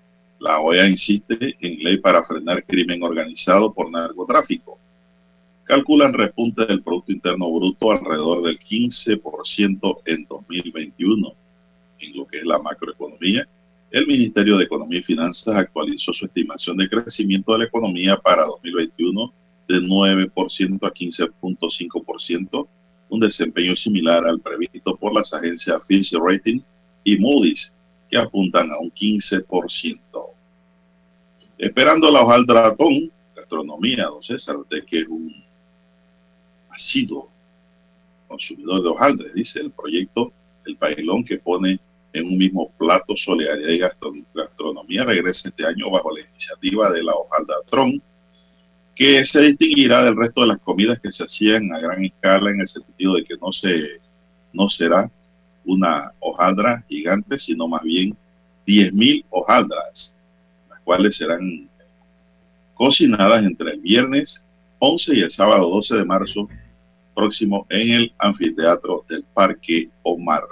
La OEA insiste en ley para frenar crimen organizado por narcotráfico. calculan repunte del Producto Interno Bruto alrededor del 15% en 2021. En lo que es la macroeconomía, el Ministerio de Economía y Finanzas actualizó su estimación de crecimiento de la economía para 2021 de 9% a 15.5%, un desempeño similar al previsto por las agencias Fitch Rating y Moody's, que apuntan a un 15%. Esperando la hojaldra atún, gastronomía, don César, de que es un asiduo consumidor de hojaldres, dice el proyecto El Pailón, que pone en un mismo plato solidaridad y gastronomía, regresa este año bajo la iniciativa de la hojaldra Tron, que se distinguirá del resto de las comidas que se hacían a gran escala, en el sentido de que no será una hojaldra gigante, sino más bien 10.000 hojaldras, las cuales serán cocinadas entre el viernes 11 y el sábado 12 de marzo próximo en el anfiteatro del Parque Omar.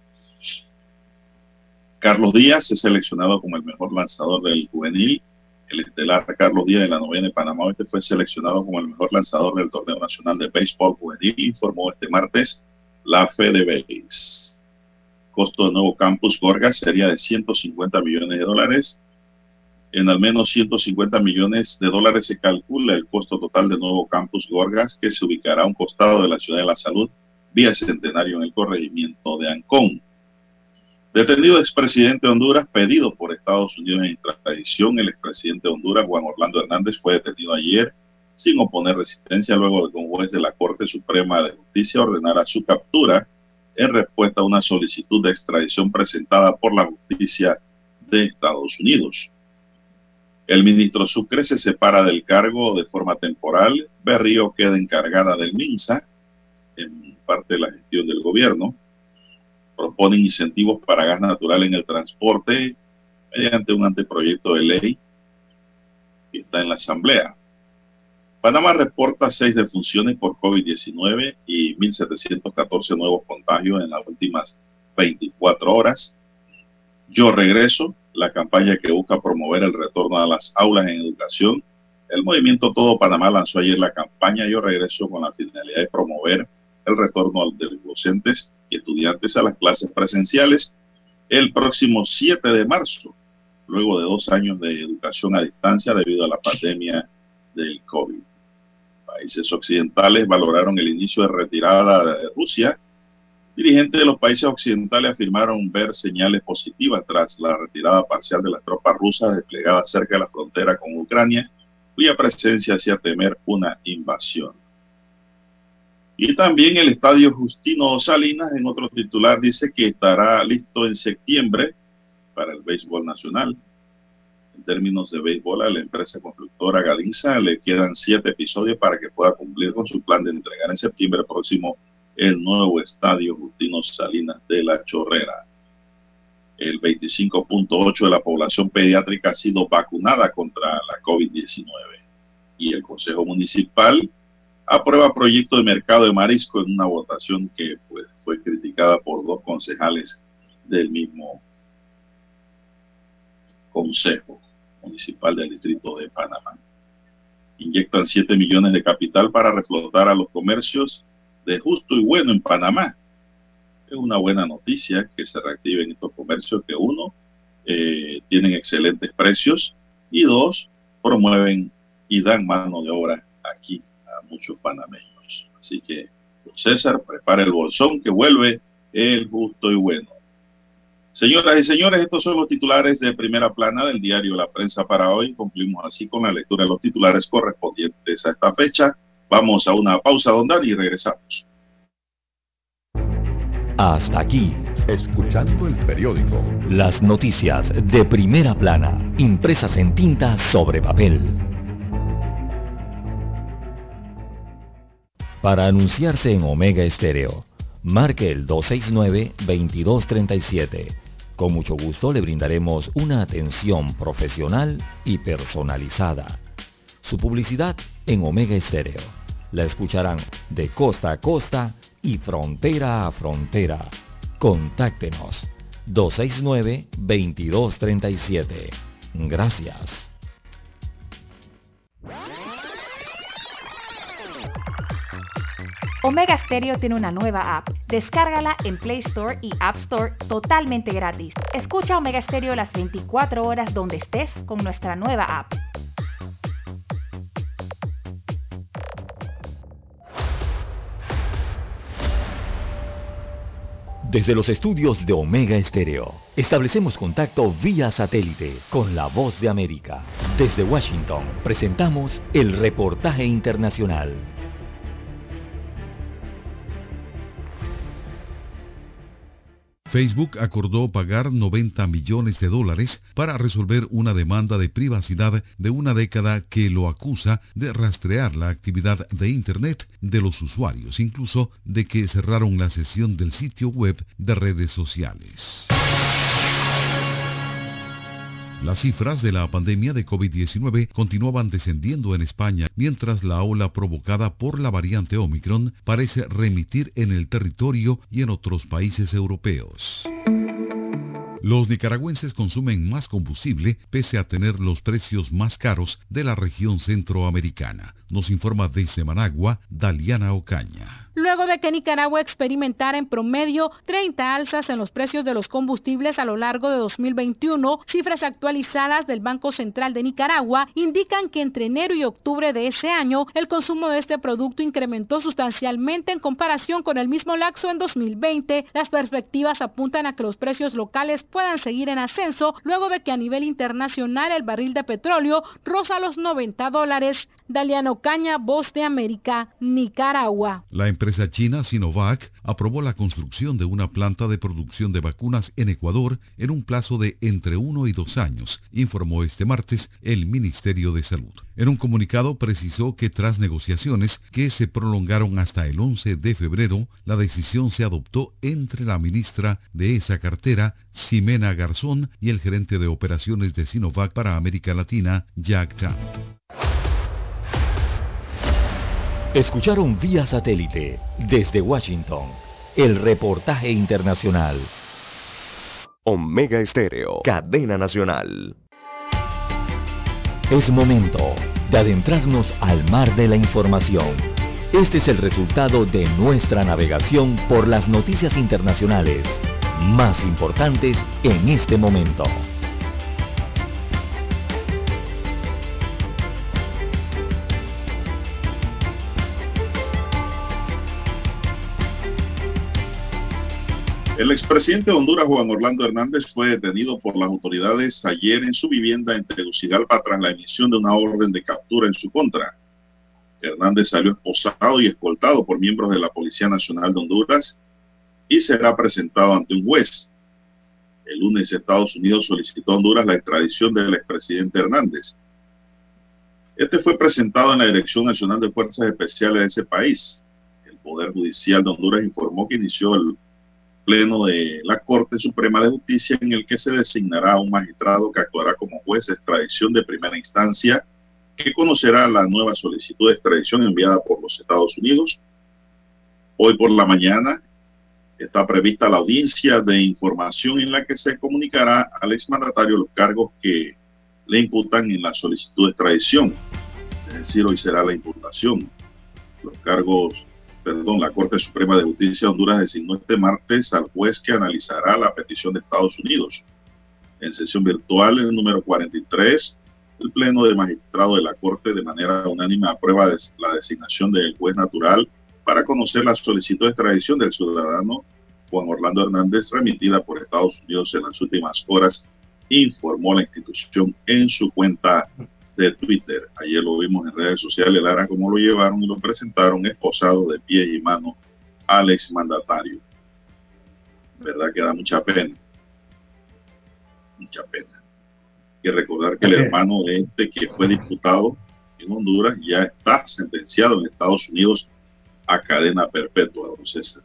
Carlos Díaz es seleccionado como el mejor lanzador del juvenil. El estelar Carlos Díaz de la novena de Panamá Oeste fue seleccionado como el mejor lanzador del Torneo Nacional de Béisbol Juvenil, informó este martes la FedeBase. Costo del nuevo campus Gorgas sería de $150 millones. En al menos $150 millones se calcula el costo total del nuevo campus Gorgas, que se ubicará a un costado de la Ciudad de la Salud, vía Centenario, en el corregimiento de Ancón. Detenido expresidente de Honduras, pedido por Estados Unidos en extradición. El expresidente de Honduras, Juan Orlando Hernández, fue detenido ayer sin oponer resistencia, luego de que un juez de la Corte Suprema de Justicia ordenara su captura en respuesta a una solicitud de extradición presentada por la justicia de Estados Unidos. El ministro Sucre se separa del cargo de forma temporal. Berrío queda encargada del MINSA, en parte de la gestión del gobierno. Proponen incentivos para gas natural en el transporte mediante un anteproyecto de ley que está en la Asamblea. Panamá reporta 6 defunciones por COVID-19 y 1.714 nuevos contagios en las últimas 24 horas. Yo regreso, la campaña que busca promover el retorno a las aulas en educación. El movimiento Todo Panamá lanzó ayer la campaña Yo regreso, con la finalidad de promover el retorno de los docentes y estudiantes a las clases presenciales el próximo 7 de marzo, luego de 2 años de educación a distancia debido a la pandemia del COVID. Países occidentales valoraron el inicio de retirada de Rusia. Dirigentes de los países occidentales afirmaron ver señales positivas tras la retirada parcial de las tropas rusas desplegadas cerca de la frontera con Ucrania, cuya presencia hacía temer una invasión. Y también el estadio Justino Salinas, en otro titular, dice que estará listo en septiembre para el béisbol nacional. En términos de béisbol, a la empresa constructora Galinza le quedan 7 episodios para que pueda cumplir con su plan de entregar en septiembre próximo el nuevo estadio Justino Salinas de La Chorrera. El 25.8% de la población pediátrica ha sido vacunada contra la COVID-19. Y el Consejo Municipal aprueba proyecto de mercado de marisco en una votación que fue criticada por 2 concejales del mismo Consejo Municipal del Distrito de Panamá. Inyectan 7 millones de capital para reflotar a los comercios de Justo y Bueno en Panamá. Es una buena noticia que se reactiven estos comercios que, uno, tienen excelentes precios, y 2, promueven y dan mano de obra aquí a muchos panameños. Así que, César, prepare el bolsón que vuelve el Justo y Bueno. Señoras y señores, estos son los titulares de primera plana del diario La Prensa para hoy. Concluimos así con la lectura de los titulares correspondientes a esta fecha. Vamos a una pausa, don Dani, y regresamos. Hasta aquí, Escuchando el periódico. las noticias de primera plana, impresas en tinta sobre papel. Para anunciarse en Omega Estéreo, marque el 269-2237. Con mucho gusto le brindaremos una atención profesional y personalizada. Su publicidad en Omega Estéreo la escucharán de costa a costa y frontera a frontera. Contáctenos 269-2237. Gracias. Omega Stereo tiene una nueva app. Descárgala en Play Store y App Store totalmente gratis. Escucha Omega Stereo las 24 horas donde estés con nuestra nueva app. Desde los estudios de Omega Estéreo, establecemos contacto vía satélite con la voz de América. Desde Washington, presentamos el reportaje internacional. Facebook acordó pagar $90 millones para resolver una demanda de privacidad de una década que lo acusa de rastrear la actividad de Internet de los usuarios, incluso de que cerraron la sesión del sitio web de redes sociales. Las cifras de la pandemia de COVID-19 continuaban descendiendo en España, mientras la ola provocada por la variante Omicron parece remitir en el territorio y en otros países europeos. Los nicaragüenses consumen más combustible pese a tener los precios más caros de la región centroamericana. Nos informa desde Managua, Daliana Ocaña. Luego de que Nicaragua experimentara en promedio 30 alzas en los precios de los combustibles a lo largo de 2021, cifras actualizadas del Banco Central de Nicaragua indican que entre enero y octubre de ese año, el consumo de este producto incrementó sustancialmente en comparación con el mismo lapso en 2020. Las perspectivas apuntan a que los precios locales puedan seguir en ascenso luego de que a nivel internacional el barril de petróleo roza los $90. Daliana Ocaña, Voz de América, Nicaragua. La empresa china Sinovac aprobó la construcción de una planta de producción de vacunas en Ecuador en un plazo de entre 1 y 2 años, informó este martes el Ministerio de Salud. En un comunicado precisó que tras negociaciones que se prolongaron hasta el 11 de febrero, la decisión se adoptó entre la ministra de esa cartera, Ximena Garzón, y el gerente de operaciones de Sinovac para América Latina, Jack Chan. Escucharon vía satélite desde Washington el reportaje internacional. Omega Estéreo, cadena nacional. Es momento de adentrarnos al mar de la información. Este es el resultado de nuestra navegación por las noticias internacionales más importantes en este momento. El expresidente de Honduras, Juan Orlando Hernández, fue detenido por las autoridades ayer en su vivienda en Tegucigalpa tras la emisión de una orden de captura en su contra. Hernández salió esposado y escoltado por miembros de la Policía Nacional de Honduras y será presentado ante un juez. El lunes Estados Unidos solicitó a Honduras la extradición del expresidente Hernández. Este fue presentado en la Dirección Nacional de Fuerzas Especiales de ese país. El Poder Judicial de Honduras informó que inició el Pleno de la Corte Suprema de Justicia, en el que se designará a un magistrado que actuará como juez de extradición de primera instancia, que conocerá la nueva solicitud de extradición enviada por los Estados Unidos. Hoy por la mañana está prevista la audiencia de información en la que se comunicará al exmandatario los cargos que le imputan en la solicitud de extradición. Es decir, hoy será la imputación. La Corte Suprema de Justicia de Honduras designó este martes al juez que analizará la petición de Estados Unidos. En sesión virtual, en el número 43, el Pleno de Magistrados de la Corte de manera unánime aprueba la designación del juez natural para conocer la solicitud de extradición del ciudadano Juan Orlando Hernández remitida por Estados Unidos en las últimas horas, informó la institución en su cuenta de Twitter. Ayer lo vimos en redes sociales, Lara, cómo lo llevaron y lo presentaron esposado de pies y manos al exmandatario. Verdad que da mucha pena. Mucha pena. Hay que recordar que el hermano de este, que fue diputado en Honduras, ya está sentenciado en Estados Unidos a cadena perpetua, don César.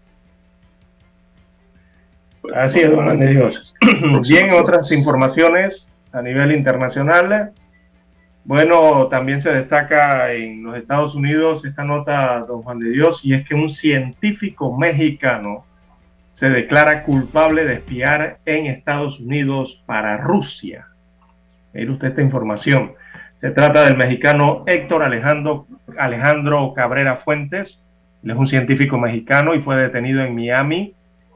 Bueno, así es, don de Dios. Bien, otras informaciones a nivel internacional. Bueno, también se destaca en los Estados Unidos esta nota, don Juan de Dios, y es que un científico mexicano se declara culpable de espiar en Estados Unidos para Rusia. Mire usted esta información. Se trata del mexicano Héctor Alejandro Cabrera Fuentes, Él es un científico mexicano y fue detenido en Miami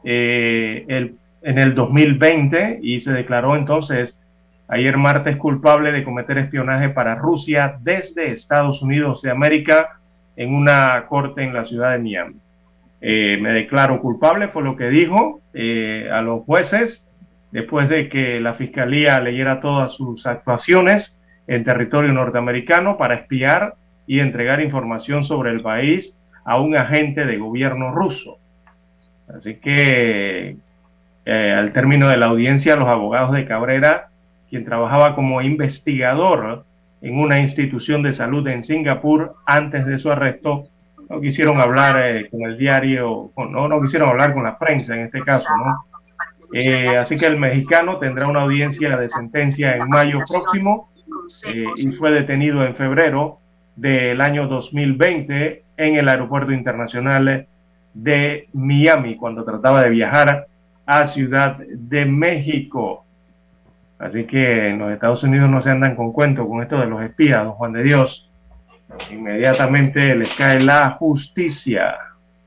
en el 2020 y se declaró entonces ayer martes culpable de cometer espionaje para Rusia desde Estados Unidos de América en una corte en la ciudad de Miami. Me declaro culpable, fue lo que dijo a los jueces después de que la fiscalía leyera todas sus actuaciones en territorio norteamericano para espiar y entregar información sobre el país a un agente de gobierno ruso. Así que al término de la audiencia, los abogados de Cabrera, quien trabajaba como investigador en una institución de salud en Singapur antes de su arresto, no quisieron hablar con el diario, no quisieron hablar con la prensa en este caso, ¿no? Así que el mexicano tendrá una audiencia de sentencia en mayo próximo y fue detenido en febrero del año 2020 en el aeropuerto internacional de Miami cuando trataba de viajar a Ciudad de México. Así que en los Estados Unidos no se andan con cuento con esto de los espías, don Juan de Dios. Inmediatamente les cae la justicia.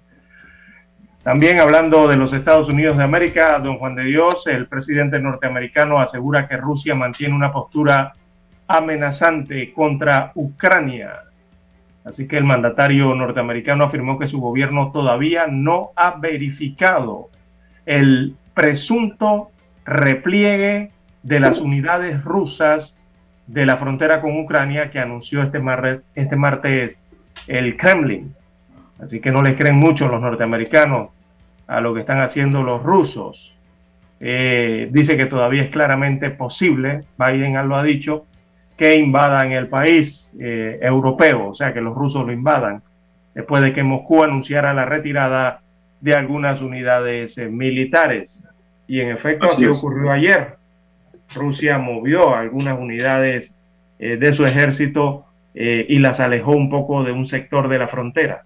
También hablando de los Estados Unidos de América, don Juan de Dios, el presidente norteamericano asegura que Rusia mantiene una postura amenazante contra Ucrania. Así que el mandatario norteamericano afirmó que su gobierno todavía no ha verificado el presunto repliegue de las unidades rusas de la frontera con Ucrania que anunció este martes el Kremlin. Así que no les creen mucho los norteamericanos a lo que están haciendo los rusos. Dice que todavía es claramente posible, Biden lo ha dicho, que invadan el país europeo, o sea, que los rusos lo invadan, después de que Moscú anunciara la retirada de algunas unidades militares. Y en efecto, así ocurrió ayer. Rusia movió algunas unidades de su ejército y las alejó un poco de un sector de la frontera.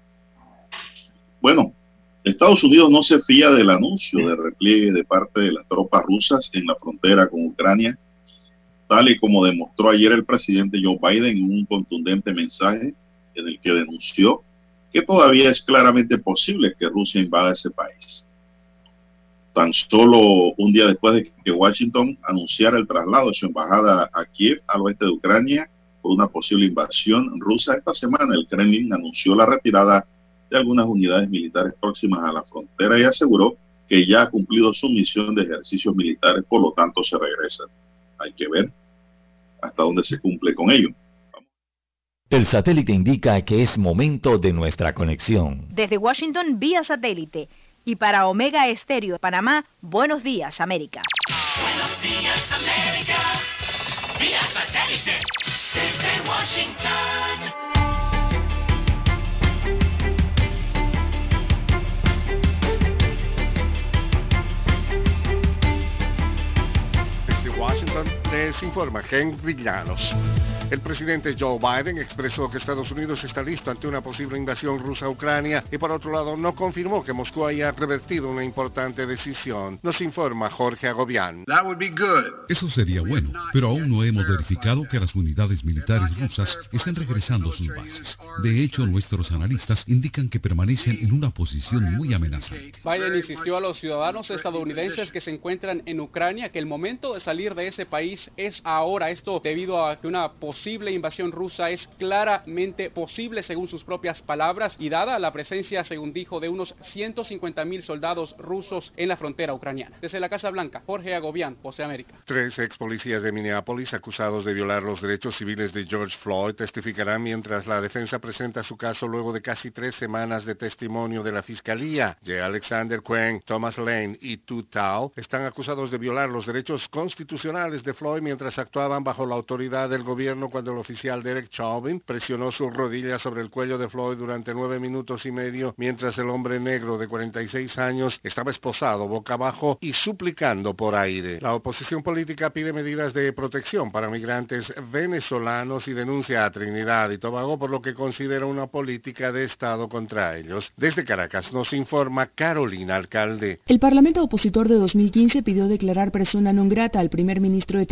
Bueno, Estados Unidos no se fía del anuncio de repliegue de parte de las tropas rusas en la frontera con Ucrania, tal y como demostró ayer el presidente Joe Biden en un contundente mensaje en el que denunció que todavía es claramente posible que Rusia invada ese país. Tan solo un día después de que Washington anunciara el traslado de su embajada a Kiev, al oeste de Ucrania, por una posible invasión rusa, esta semana el Kremlin anunció la retirada de algunas unidades militares próximas a la frontera y aseguró que ya ha cumplido su misión de ejercicios militares, por lo tanto se regresa. Hay que ver hasta dónde se cumple con ello. El satélite indica que es momento de nuestra conexión. Desde Washington, vía satélite. Y para Omega Estéreo de Panamá, buenos días, América. Buenos días, América. Vía satélite. Desde Washington. Washington les informa Henry Llanos. El presidente Joe Biden expresó que Estados Unidos está listo ante una posible invasión rusa a Ucrania y por otro lado no confirmó que Moscú haya revertido una importante decisión. Nos informa Jorge Agobián. Eso sería bueno, pero aún no hemos verificado que las unidades militares rusas estén regresando a sus bases. De hecho, nuestros analistas indican que permanecen en una posición muy amenazante. Biden insistió a los ciudadanos estadounidenses que se encuentran en Ucrania que el momento de salir de ese país es ahora. Esto debido a que una posible invasión rusa es claramente posible según sus propias palabras y dada la presencia, según dijo, de unos 150,000 soldados rusos en la frontera ucraniana. Desde la Casa Blanca, Jorge Agobián, Voz de América. 3 ex policías de Minneapolis acusados de violar los derechos civiles de George Floyd testificarán mientras la defensa presenta su caso luego de casi 3 semanas de testimonio de la fiscalía. J. Alexander Quinn, Thomas Lane y Tu Tao están acusados de violar los derechos constitucionales de Floyd mientras actuaban bajo la autoridad del gobierno cuando el oficial Derek Chauvin presionó sus rodillas sobre el cuello de Floyd durante 9 minutos y medio mientras el hombre negro de 46 años estaba esposado boca abajo y suplicando por aire. La oposición política pide medidas de protección para migrantes venezolanos y denuncia a Trinidad y Tobago por lo que considera una política de Estado contra ellos. Desde Caracas nos informa Carolina Alcalde. El Parlamento opositor de 2015 pidió declarar persona non grata al primer ministro de Trinidad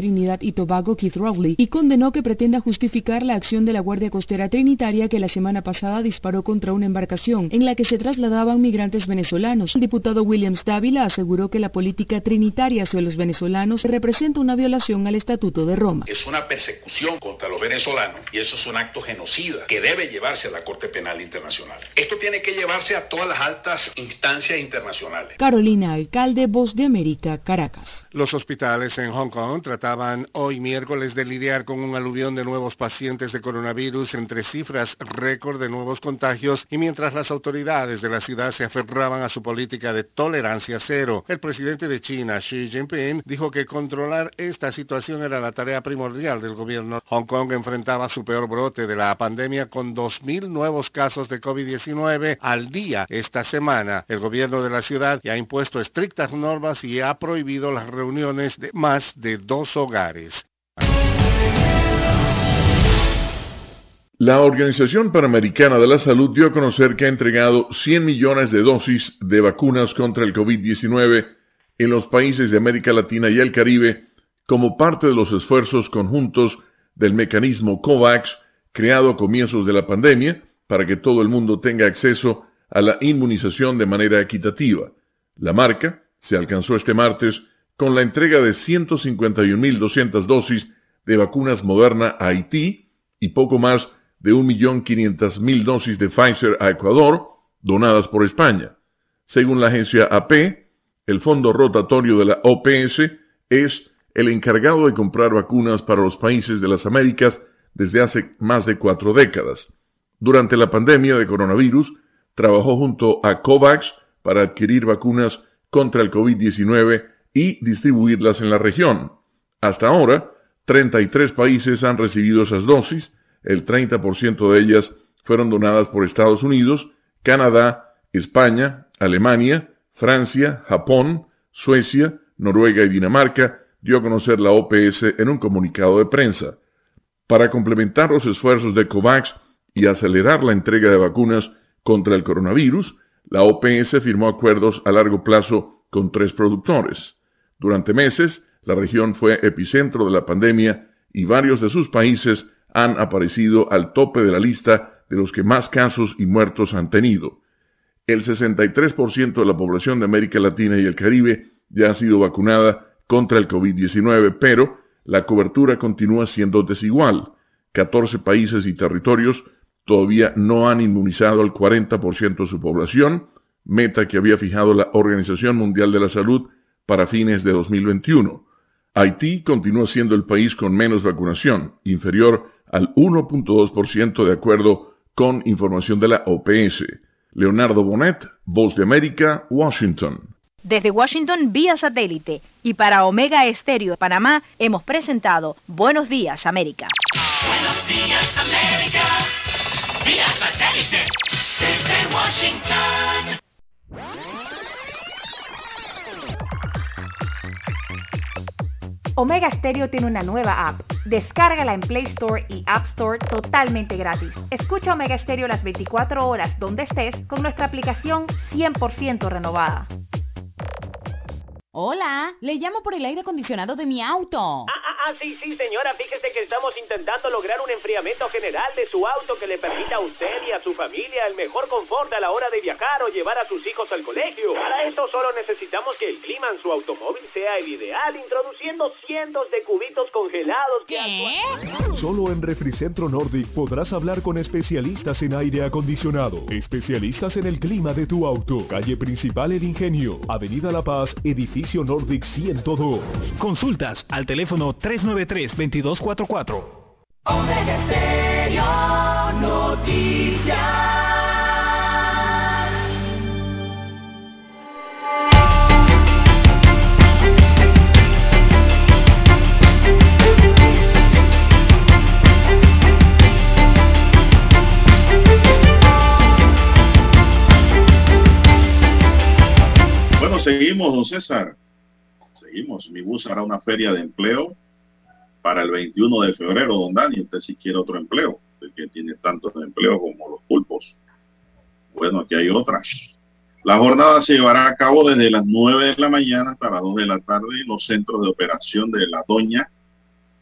y Tobago Keith Rowley y condenó que pretenda justificar la acción de la Guardia Costera Trinitaria que la semana pasada disparó contra una embarcación en la que se trasladaban migrantes venezolanos. El diputado Williams Dávila aseguró que la política trinitaria hacia los venezolanos representa una violación al Estatuto de Roma. Es una persecución contra los venezolanos y eso es un acto genocida que debe llevarse a la Corte Penal Internacional. Esto tiene que llevarse a todas las altas instancias internacionales. Carolina Alcalde, Voz de América, Caracas. Los hospitales en Hong Kong trataban hoy miércoles de lidiar con un aluvión de nuevos pacientes de coronavirus entre cifras récord de nuevos contagios y mientras las autoridades de la ciudad se aferraban a su política de tolerancia cero. El presidente de China, Xi Jinping, dijo que controlar esta situación era la tarea primordial del gobierno. Hong Kong enfrentaba su peor brote de la pandemia con 2.000 nuevos casos de COVID-19 al día esta semana. El gobierno de la ciudad ya ha impuesto estrictas normas y ha prohibido las reuniones de más de 2 hogares. La Organización Panamericana de la Salud dio a conocer que ha entregado 100 millones de dosis de vacunas contra el COVID-19 en los países de América Latina y el Caribe como parte de los esfuerzos conjuntos del mecanismo COVAX creado a comienzos de la pandemia para que todo el mundo tenga acceso a la inmunización de manera equitativa. La marca se alcanzó este martes con la entrega de 151.200 dosis de vacunas Moderna a Haití y poco más de 1.500.000 dosis de Pfizer a Ecuador, donadas por España. Según la agencia AP, el fondo rotatorio de la OPS es el encargado de comprar vacunas para los países de las Américas desde hace más de 4 décadas. Durante la pandemia de coronavirus, trabajó junto a COVAX para adquirir vacunas contra el COVID-19 y distribuirlas en la región. Hasta ahora, 33 países han recibido esas dosis. El 30% de ellas fueron donadas por Estados Unidos, Canadá, España, Alemania, Francia, Japón, Suecia, Noruega y Dinamarca, dio a conocer la OPS en un comunicado de prensa. Para complementar los esfuerzos de COVAX y acelerar la entrega de vacunas contra el coronavirus, la OPS firmó acuerdos a largo plazo con 3 productores. Durante meses, la región fue epicentro de la pandemia y varios de sus países han aparecido al tope de la lista de los que más casos y muertos han tenido. El 63% de la población de América Latina y el Caribe ya ha sido vacunada contra el COVID-19, pero la cobertura continúa siendo desigual. 14 países y territorios todavía no han inmunizado al 40% de su población, meta que había fijado la Organización Mundial de la Salud para fines de 2021. Haití continúa siendo el país con menos vacunación, inferior al 1.2% de acuerdo con información de la OPS. Leonardo Bonet, Voz de América, Washington. Desde Washington vía satélite y para Omega Estéreo de Panamá hemos presentado Buenos Días América. Buenos Días América, vía satélite desde Washington. Omega Stereo tiene una nueva app. Descárgala en Play Store y App Store totalmente gratis. Escucha Omega Stereo las 24 horas donde estés con nuestra aplicación 100% renovada. Hola, le llamo por el aire acondicionado de mi auto. Sí, señora, fíjese que estamos intentando lograr un enfriamiento general de su auto que le permita a usted y a su familia el mejor confort a la hora de viajar o llevar a sus hijos al colegio. Para esto solo necesitamos que el clima en su automóvil sea el ideal, introduciendo cientos de cubitos congelados. ¿Qué? Solo en Refricentro Nordic podrás hablar con especialistas en aire acondicionado, especialistas en el clima de tu auto. Calle Principal El Ingenio, Avenida La Paz, Edificio Nordic 102. Consultas al teléfono 393-2244. Omega Stereo Noticias. Bueno, seguimos, don César. Seguimos. Mi bus hará una feria de empleo para el 21 de febrero, don Dani. Usted si quiere otro empleo, el que tiene tantos empleos como los pulpos. Bueno, aquí hay otra. La jornada se llevará a cabo desde las 9 de la mañana hasta las 2 de la tarde en los centros de operación de La Doña,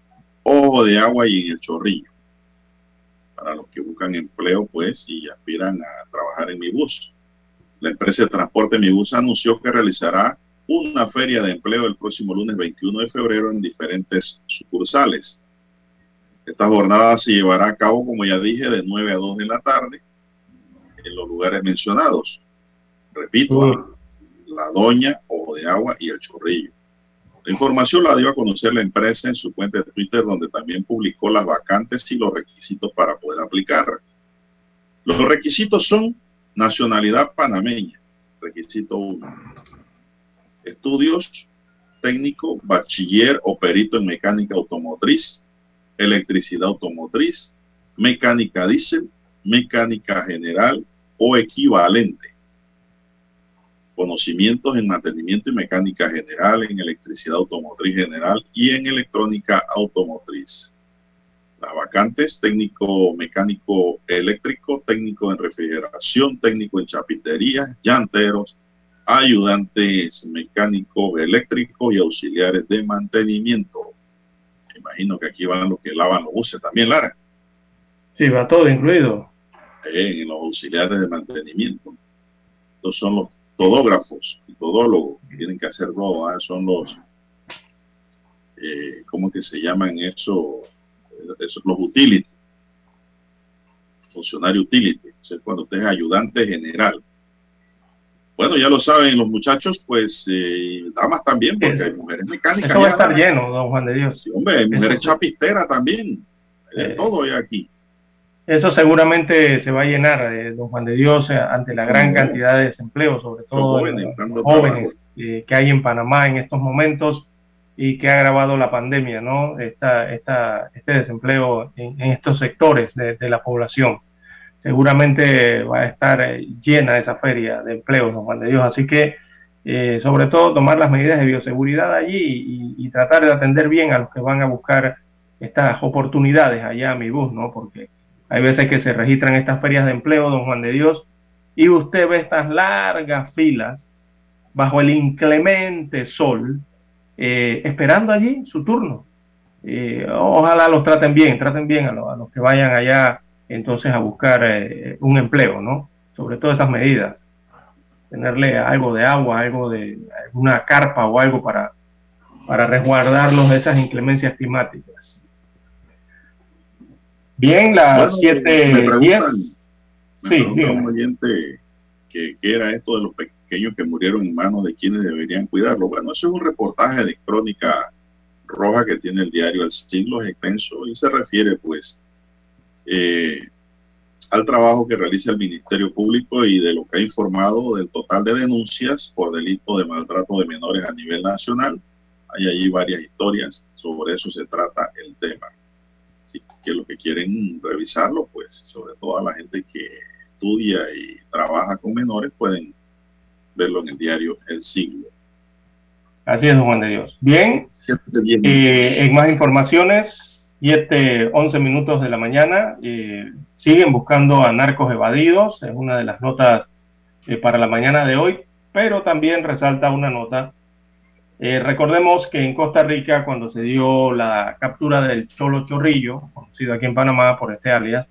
Ojo de Agua y en El Chorrillo. Para los que buscan empleo, pues, y aspiran a trabajar en Mi Bus. La empresa de transporte Mi Bus anunció que realizará una feria de empleo el próximo lunes 21 de febrero en diferentes sucursales. Esta jornada se llevará a cabo, como ya dije, de 9 a 2 de la tarde en los lugares mencionados. Repito, La Doña, Ojo de Agua y El Chorrillo. La información la dio a conocer la empresa en su cuenta de Twitter, donde también publicó las vacantes y los requisitos para poder aplicar. Los requisitos son nacionalidad panameña, requisito 1. Estudios técnico, bachiller o perito en mecánica automotriz, electricidad automotriz, mecánica diésel, mecánica general o equivalente. Conocimientos en mantenimiento y mecánica general, en electricidad automotriz general y en electrónica automotriz. Las vacantes: técnico mecánico eléctrico, técnico en refrigeración, técnico en chapitería, llanteros, ayudantes mecánicos eléctricos y auxiliares de mantenimiento. Me imagino que aquí van los que lavan los buses también, Lara. Sí, va todo incluido. En los auxiliares de mantenimiento. Estos son los todógrafos y todólogos que tienen que hacer todo. Son los, ¿cómo que se llaman eso? Los utility. Funcionario utility. Eso es cuando usted es ayudante general. Bueno, ya lo saben los muchachos, pues, damas también, porque hay mujeres mecánicas. Eso va a estar lleno, don Juan de Dios. Sí, hombre, hay mujeres chapisteras también. Hay de todo ya aquí. Eso seguramente se va a llenar, don Juan de Dios, ante la gran cantidad de desempleo, sobre todo los jóvenes que hay en Panamá en estos momentos y que ha agravado la pandemia, ¿no? Este desempleo en estos sectores de la población. Seguramente va a estar llena esa feria de empleo, don Juan de Dios. Así que, sobre todo, tomar las medidas de bioseguridad allí y tratar de atender bien a los que van a buscar estas oportunidades allá a Mi Bus, ¿no? Porque hay veces que se registran estas ferias de empleo, don Juan de Dios, y usted ve estas largas filas bajo el inclemente sol, esperando allí su turno. Ojalá los traten bien a los que vayan allá entonces a buscar un empleo, ¿no? Sobre todo esas medidas. Tenerle algo de agua, algo de alguna carpa o algo para resguardarlos de esas inclemencias climáticas. Bien, las 7:10. Sí, un oyente que era esto de los pequeños que murieron en manos de quienes deberían cuidarlo. Bueno, eso es un reportaje de Crónica Roja que tiene el diario El Siglo, es extenso y se refiere, pues, al trabajo que realiza el Ministerio Público y de lo que ha informado del total de denuncias por delito de maltrato de menores a nivel nacional. Hay allí varias historias, sobre eso se trata el tema. Así que los que quieren revisarlo, pues, sobre todo a la gente que estudia y trabaja con menores, pueden verlo en el diario El Siglo. Así es, don Juan de Dios. Bien, en más informaciones, 7:11 minutos de la mañana, siguen buscando a narcos evadidos, es una de las notas para la mañana de hoy, pero también resalta una nota. Recordemos que en Costa Rica, cuando se dio la captura del Cholo Chorrillo, conocido aquí en Panamá por este alias,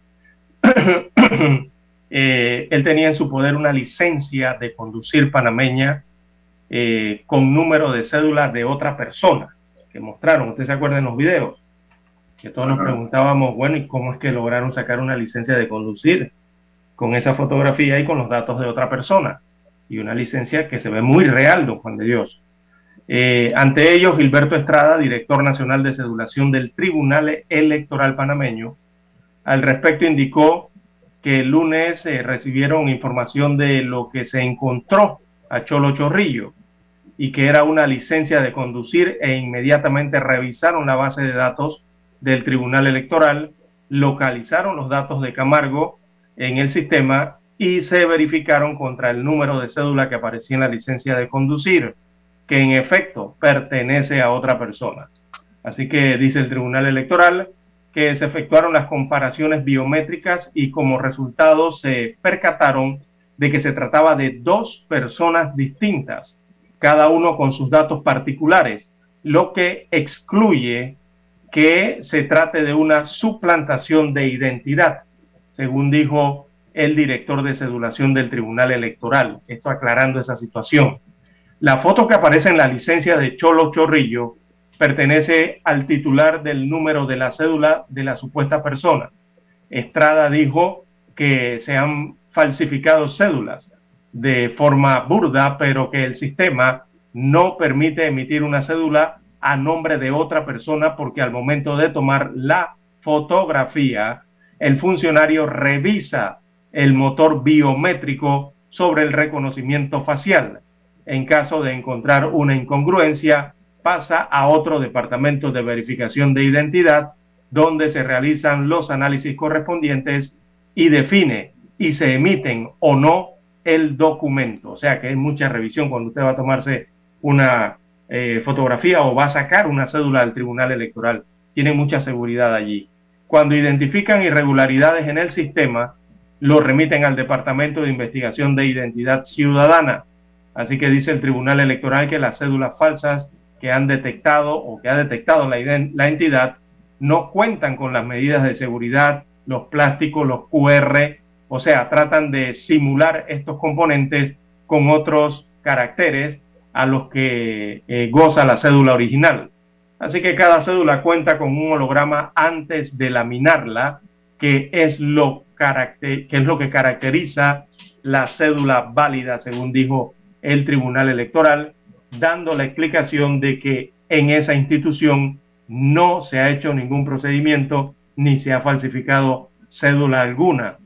él tenía en su poder una licencia de conducir panameña con número de cédula de otra persona, que mostraron, ¿usted se acuerda en los videos? Que todos nos preguntábamos, bueno, ¿y cómo es que lograron sacar una licencia de conducir con esa fotografía y con los datos de otra persona? Y una licencia que se ve muy real, don Juan de Dios. Ante ello, Gilberto Estrada, director nacional de cedulación del Tribunal Electoral Panameño, al respecto indicó que el lunes recibieron información de lo que se encontró a Cholo Chorrillo y que era una licencia de conducir, e inmediatamente revisaron la base de datos del Tribunal Electoral, localizaron los datos de Camargo en el sistema y se verificaron contra el número de cédula que aparecía en la licencia de conducir, que en efecto pertenece a otra persona. Así que dice el Tribunal Electoral que se efectuaron las comparaciones biométricas y como resultado se percataron de que se trataba de dos personas distintas, cada uno con sus datos particulares, lo que excluye que se trate de una suplantación de identidad, según dijo el director de cedulación del Tribunal Electoral, esto aclarando esa situación. La foto que aparece en la licencia de Cholo Chorrillo pertenece al titular del número de la cédula de la supuesta persona. Estrada dijo que se han falsificado cédulas de forma burda, pero que el sistema no permite emitir una cédula a nombre de otra persona porque al momento de tomar la fotografía, el funcionario revisa el motor biométrico sobre el reconocimiento facial. En caso de encontrar una incongruencia, pasa a otro departamento de verificación de identidad, donde se realizan los análisis correspondientes y define y se emiten o no el documento. O sea que hay mucha revisión cuando usted va a tomarse una fotografía o va a sacar una cédula del Tribunal Electoral. Tiene mucha seguridad allí. Cuando identifican irregularidades en el sistema, lo remiten al Departamento de Investigación de Identidad Ciudadana. Así que dice el Tribunal Electoral que las cédulas falsas que han detectado o que ha detectado la entidad no cuentan con las medidas de seguridad, los plásticos, los QR, o sea, tratan de simular estos componentes con otros caracteres a los que goza la cédula original. Así que cada cédula cuenta con un holograma antes de laminarla, que es lo que caracteriza la cédula válida, según dijo el Tribunal Electoral, dando la explicación de que en esa institución no se ha hecho ningún procedimiento ni se ha falsificado cédula alguna,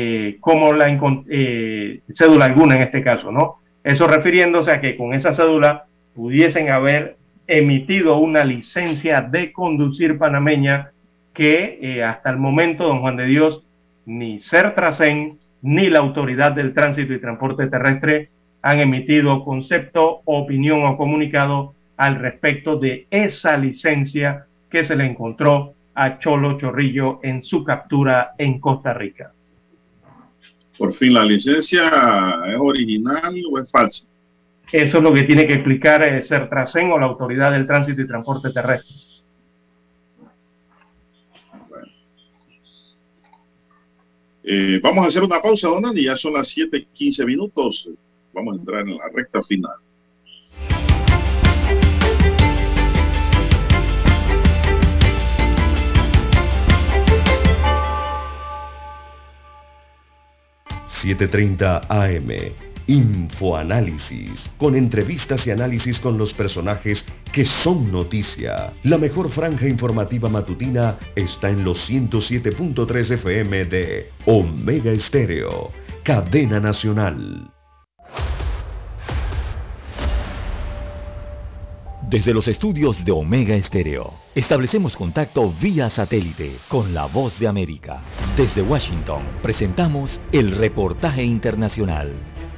cédula alguna en este caso, ¿no? Eso refiriéndose a que con esa cédula pudiesen haber emitido una licencia de conducir panameña que hasta el momento, don Juan de Dios, ni Sertracen ni la Autoridad del Tránsito y Transporte Terrestre han emitido concepto, opinión o comunicado al respecto de esa licencia que se le encontró a Cholo Chorrillo en su captura en Costa Rica. Por fin, ¿la licencia es original o es falsa? Eso es lo que tiene que explicar Sertracen o la Autoridad del Tránsito y Transporte Terrestre. Bueno. Vamos a hacer una pausa, don Dani. Ya son las 7:15 minutos. Vamos a entrar en la recta final. ...7:30 AM... Infoanálisis, con entrevistas y análisis con los personajes que son noticia. La mejor franja informativa matutina está en los 107.3 FM de Omega Estéreo, cadena nacional. Desde los estudios de Omega Estéreo, establecemos contacto vía satélite con la Voz de América. Desde Washington, presentamos el reportaje internacional.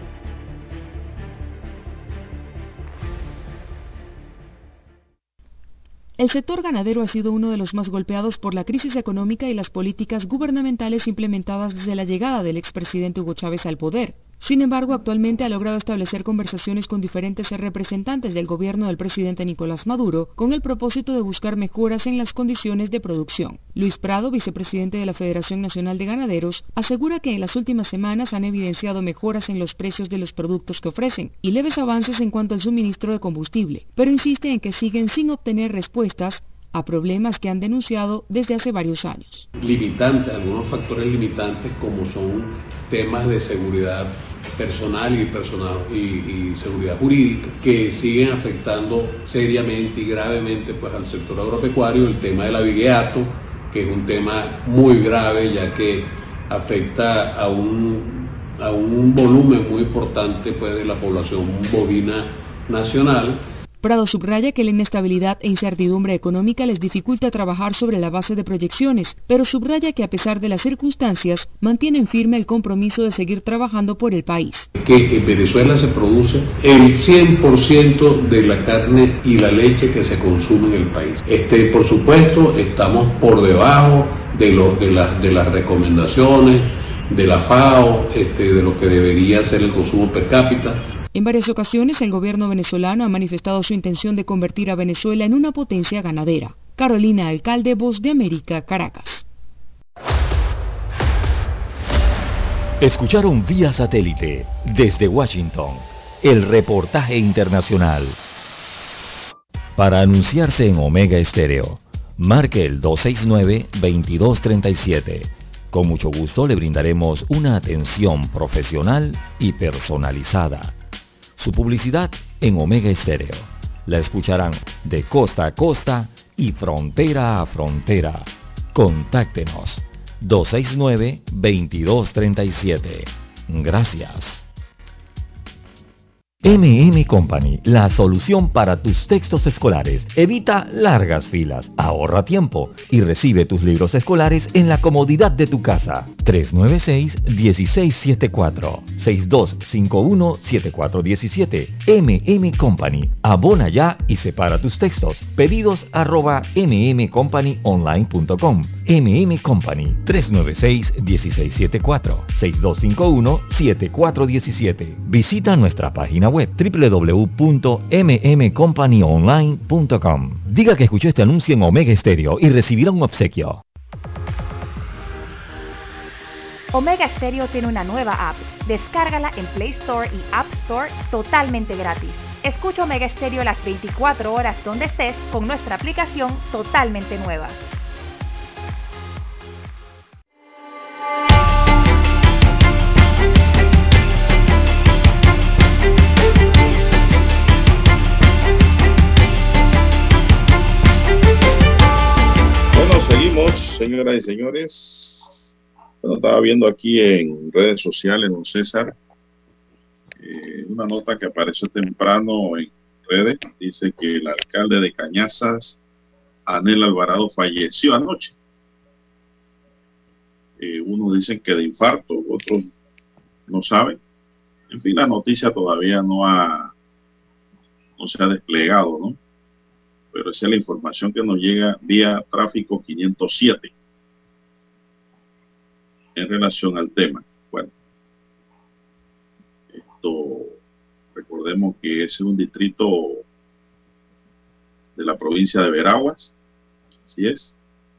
El sector ganadero ha sido uno de los más golpeados por la crisis económica y las políticas gubernamentales implementadas desde la llegada del expresidente Hugo Chávez al poder. Sin embargo, actualmente ha logrado establecer conversaciones con diferentes representantes del gobierno del presidente Nicolás Maduro con el propósito de buscar mejoras en las condiciones de producción. Luis Prado, vicepresidente de la Federación Nacional de Ganaderos, asegura que en las últimas semanas han evidenciado mejoras en los precios de los productos que ofrecen y leves avances en cuanto al suministro de combustible, pero insiste en que siguen sin obtener respuestas a problemas que han denunciado desde hace varios años. Algunos factores limitantes como son temas de seguridad personal y seguridad jurídica que siguen afectando seriamente y gravemente pues al sector agropecuario. El tema del abigeato, que es un tema muy grave ya que afecta a un volumen muy importante pues de la población bovina nacional. Prado subraya que la inestabilidad e incertidumbre económica les dificulta trabajar sobre la base de proyecciones, pero subraya que a pesar de las circunstancias, mantienen firme el compromiso de seguir trabajando por el país. Que en Venezuela se produce el 100% de la carne y la leche que se consume en el país. Por supuesto, estamos por debajo de las recomendaciones de la FAO, de lo que debería ser el consumo per cápita. En varias ocasiones, el gobierno venezolano ha manifestado su intención de convertir a Venezuela en una potencia ganadera. Carolina Alcalde, Voz de América, Caracas. Escucharon vía satélite desde Washington el reportaje internacional. Para anunciarse en Omega Estéreo, marque el 269-2237. Con mucho gusto le brindaremos una atención profesional y personalizada. Su publicidad en Omega Estéreo. La escucharán de costa a costa y frontera a frontera. Contáctenos 269-2237. Gracias. MM Company, la solución para tus textos escolares. Evita largas filas, ahorra tiempo y recibe tus libros escolares en la comodidad de tu casa. 396-1674, 6251-7417. MM Company. Abona ya y separa tus textos. Pedidos @mmcompanyonline.com. MM Company, 396-1674, 6251-7417. Visita nuestra página web www.mmcompanyonline.com. Diga que escuchó este anuncio en Omega Estéreo y recibirá un obsequio. Omega Stereo tiene una nueva app. Descárgala en Play Store y App Store totalmente gratis. Escucha Omega Stereo las 24 horas donde estés con nuestra aplicación totalmente nueva. Bueno, seguimos, señoras y señores. Bueno, estaba viendo aquí en redes sociales, don César, una nota que apareció temprano en redes. Dice que el alcalde de Cañazas, Anel Alvarado, falleció anoche. Unos dicen que de infarto, otros no saben. En fin, la noticia todavía no se ha desplegado, ¿no? Pero esa es la información que nos llega vía tráfico 507 en relación al tema. Bueno, recordemos que ese es un distrito de la provincia de Veraguas, así es.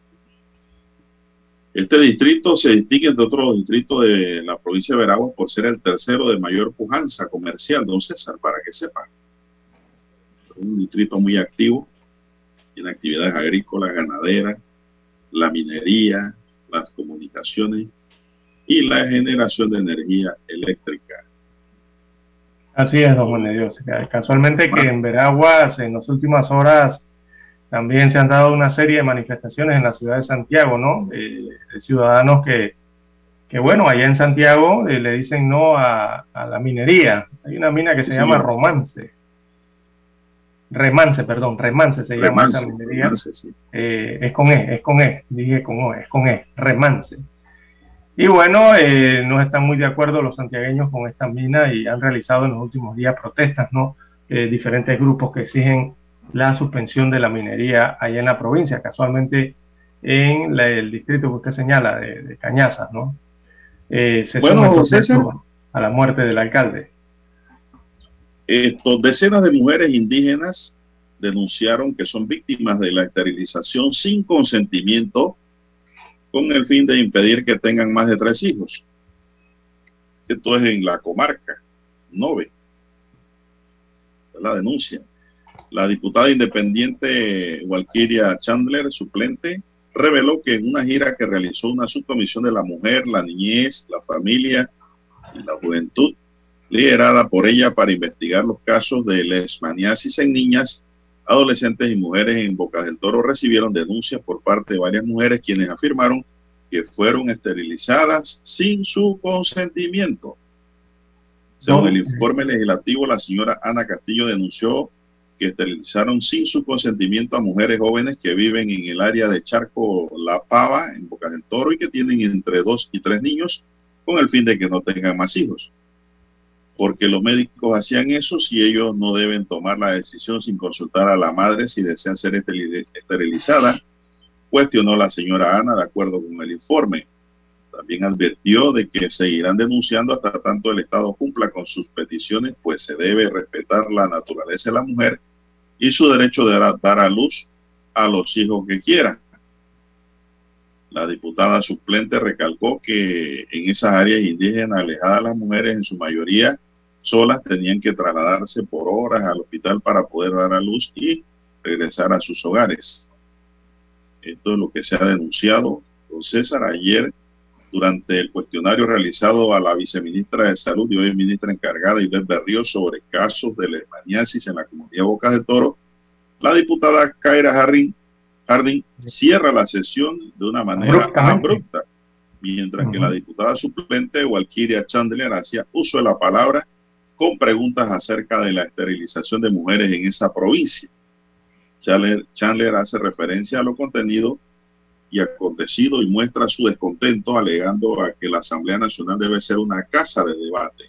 Este distrito se distingue entre otros distritos de la provincia de Veraguas por ser el tercero de mayor pujanza comercial, don César, para que sepa. Un distrito muy activo, tiene actividades agrícolas, ganaderas, la minería, las comunicaciones y la generación de energía eléctrica. Así es, don Juan de Dios. Casualmente que en Veraguas en las últimas horas también se han dado una serie de manifestaciones en la ciudad de Santiago, ¿no? De ciudadanos que bueno, allá en Santiago le dicen no a la minería. Hay una mina que se llama Remance se llama esa minería. Remance, sí. Es con E, dije con O, es con E, Remance. Y bueno, no están muy de acuerdo los santiagueños con esta mina y han realizado en los últimos días protestas, ¿no? Diferentes grupos que exigen la suspensión de la minería allá en la provincia, casualmente en el distrito que usted señala de Cañazas, ¿no? Bueno, César, a la muerte del alcalde. Decenas de mujeres indígenas denunciaron que son víctimas de la esterilización sin consentimiento con el fin de impedir que tengan más de 3 hijos. Esto es en la comarca Nove. La denuncia. La diputada independiente Walkiria Chandler, suplente, reveló que en una gira que realizó una subcomisión de la mujer, la niñez, la familia y la juventud, liderada por ella para investigar los casos de leishmaniasis en niñas, adolescentes y mujeres en Bocas del Toro, recibieron denuncias por parte de varias mujeres quienes afirmaron que fueron esterilizadas sin su consentimiento. Según el informe legislativo, la señora Ana Castillo denunció que esterilizaron sin su consentimiento a mujeres jóvenes que viven en el área de Charco La Pava, en Bocas del Toro, y que tienen entre 2 y 3 niños, con el fin de que no tengan más hijos. Porque los médicos hacían eso si ellos no deben tomar la decisión sin consultar a la madre si desea ser esterilizada, cuestionó la señora Ana de acuerdo con el informe. También advirtió de que seguirán denunciando hasta tanto el Estado cumpla con sus peticiones, pues se debe respetar la naturaleza de la mujer y su derecho de dar a luz a los hijos que quiera. La diputada suplente recalcó que en esas áreas indígenas alejadas, las mujeres en su mayoría solas tenían que trasladarse por horas al hospital para poder dar a luz y regresar a sus hogares. Esto es lo que se ha denunciado, don César, ayer durante el cuestionario realizado a la viceministra de Salud y hoy ministra encargada, Ivette Berrío, sobre casos de leishmaniasis en la comunidad Bocas de Toro. La diputada Kaira Harding cierra la sesión de una manera abrupta, mientras que la diputada suplente Walkiria Chandler hacía uso de la palabra con preguntas acerca de la esterilización de mujeres en esa provincia. Chandler hace referencia a lo contenido y acontecido y muestra su descontento alegando a que la Asamblea Nacional debe ser una casa de debate.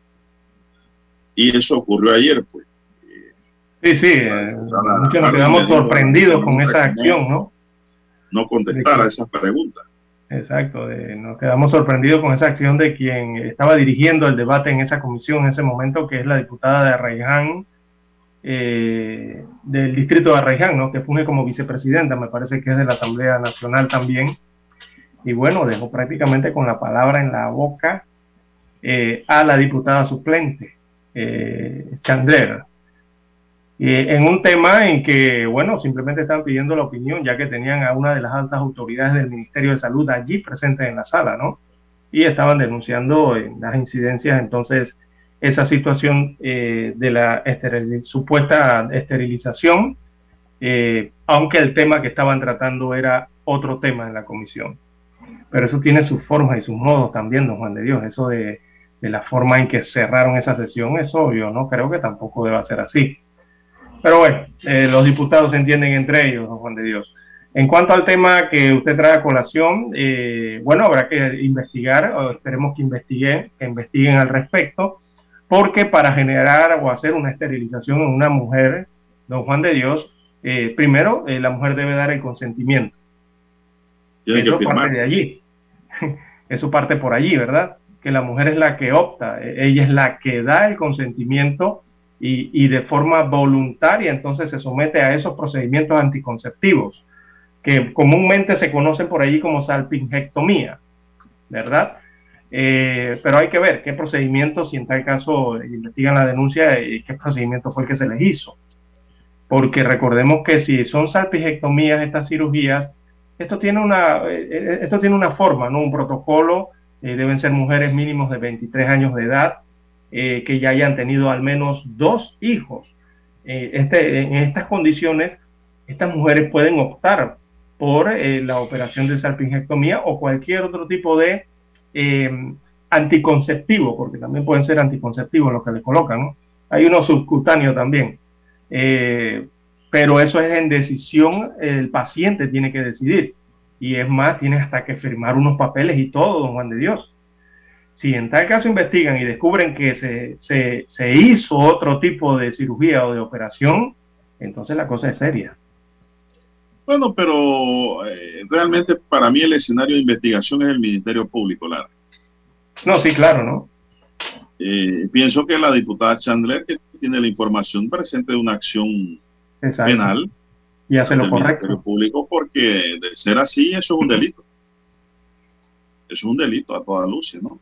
Y eso ocurrió ayer, pues. Sí, muchos nos quedamos sorprendidos con esa acción, ¿no? No contestar a esas preguntas. Exacto, nos quedamos sorprendidos con esa acción de quien estaba dirigiendo el debate en esa comisión en ese momento, que es la diputada de Arraiján, del distrito de Arraiján, ¿no? Que funge como vicepresidenta, me parece que es de la Asamblea Nacional también. Y bueno, dejó prácticamente con la palabra en la boca a la diputada suplente, Chandler. En un tema en que, bueno, simplemente estaban pidiendo la opinión, ya que tenían a una de las altas autoridades del Ministerio de Salud allí presentes en la sala, ¿no? Y estaban denunciando las incidencias, entonces, esa situación de la supuesta esterilización, aunque el tema que estaban tratando era otro tema en la comisión. Pero eso tiene sus formas y sus modos también, don Juan de Dios. Eso de la forma en que cerraron esa sesión es obvio, ¿no? Creo que tampoco debe ser así. Pero bueno, los diputados se entienden entre ellos, don Juan de Dios. En cuanto al tema que usted trae a colación, bueno, habrá que investigar, o esperemos que investiguen al respecto, porque para generar o hacer una esterilización en una mujer, don Juan de Dios, primero la mujer debe dar el consentimiento. Eso parte de allí. Eso parte por allí, ¿verdad? Que la mujer es la que opta, ella es la que da el consentimiento y de forma voluntaria entonces se somete a esos procedimientos anticonceptivos que comúnmente se conocen por allí como salpingectomía, ¿verdad? Pero hay que ver qué procedimiento, si en tal caso investigan la denuncia, qué procedimiento fue el que se les hizo. Porque recordemos que si son salpingectomías, estas cirugías, esto tiene una forma, ¿no? Un protocolo, deben ser mujeres mínimos de 23 años de edad, que ya hayan tenido al menos 2 hijos. En estas condiciones, estas mujeres pueden optar por la operación de salpingectomía o cualquier otro tipo de anticonceptivo, porque también pueden ser anticonceptivos los que le colocan, ¿no? Hay uno subcutáneo también. Pero eso es en decisión, el paciente tiene que decidir. Y es más, tiene hasta que firmar unos papeles y todo, don Juan de Dios. Si en tal caso investigan y descubren que se hizo otro tipo de cirugía o de operación, entonces la cosa es seria. Bueno, pero realmente para mí el escenario de investigación es el Ministerio Público, Lara. No, sí, claro, ¿no? Pienso que la diputada Chandler, que tiene la información presente de una acción penal, y hace lo correcto. Ministerio Público, porque de ser así, eso es un delito. Es un delito a toda luz, ¿no?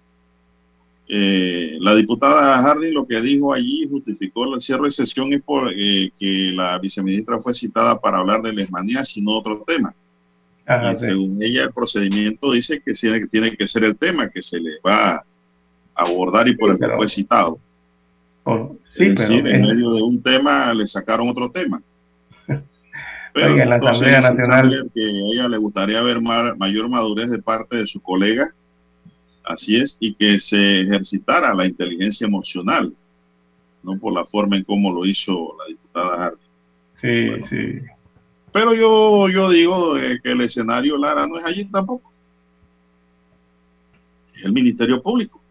La diputada Harding lo que dijo allí, justificó el cierre de sesión, es por que la viceministra fue citada para hablar de leishmaniasis y no otro tema. Ajá, y según ella, el procedimiento dice que tiene que ser el tema que se le va a abordar y por el que fue citado. Es decir, en medio de un tema le sacaron otro tema. Pero en la Asamblea Nacional, que a ella le gustaría ver mayor madurez de parte de su colega. Así es, y que se ejercitara la inteligencia emocional, no por la forma en cómo lo hizo la diputada Harding. Sí, bueno, sí. Pero yo digo que el escenario, Lara, no es allí tampoco. Es el Ministerio Público.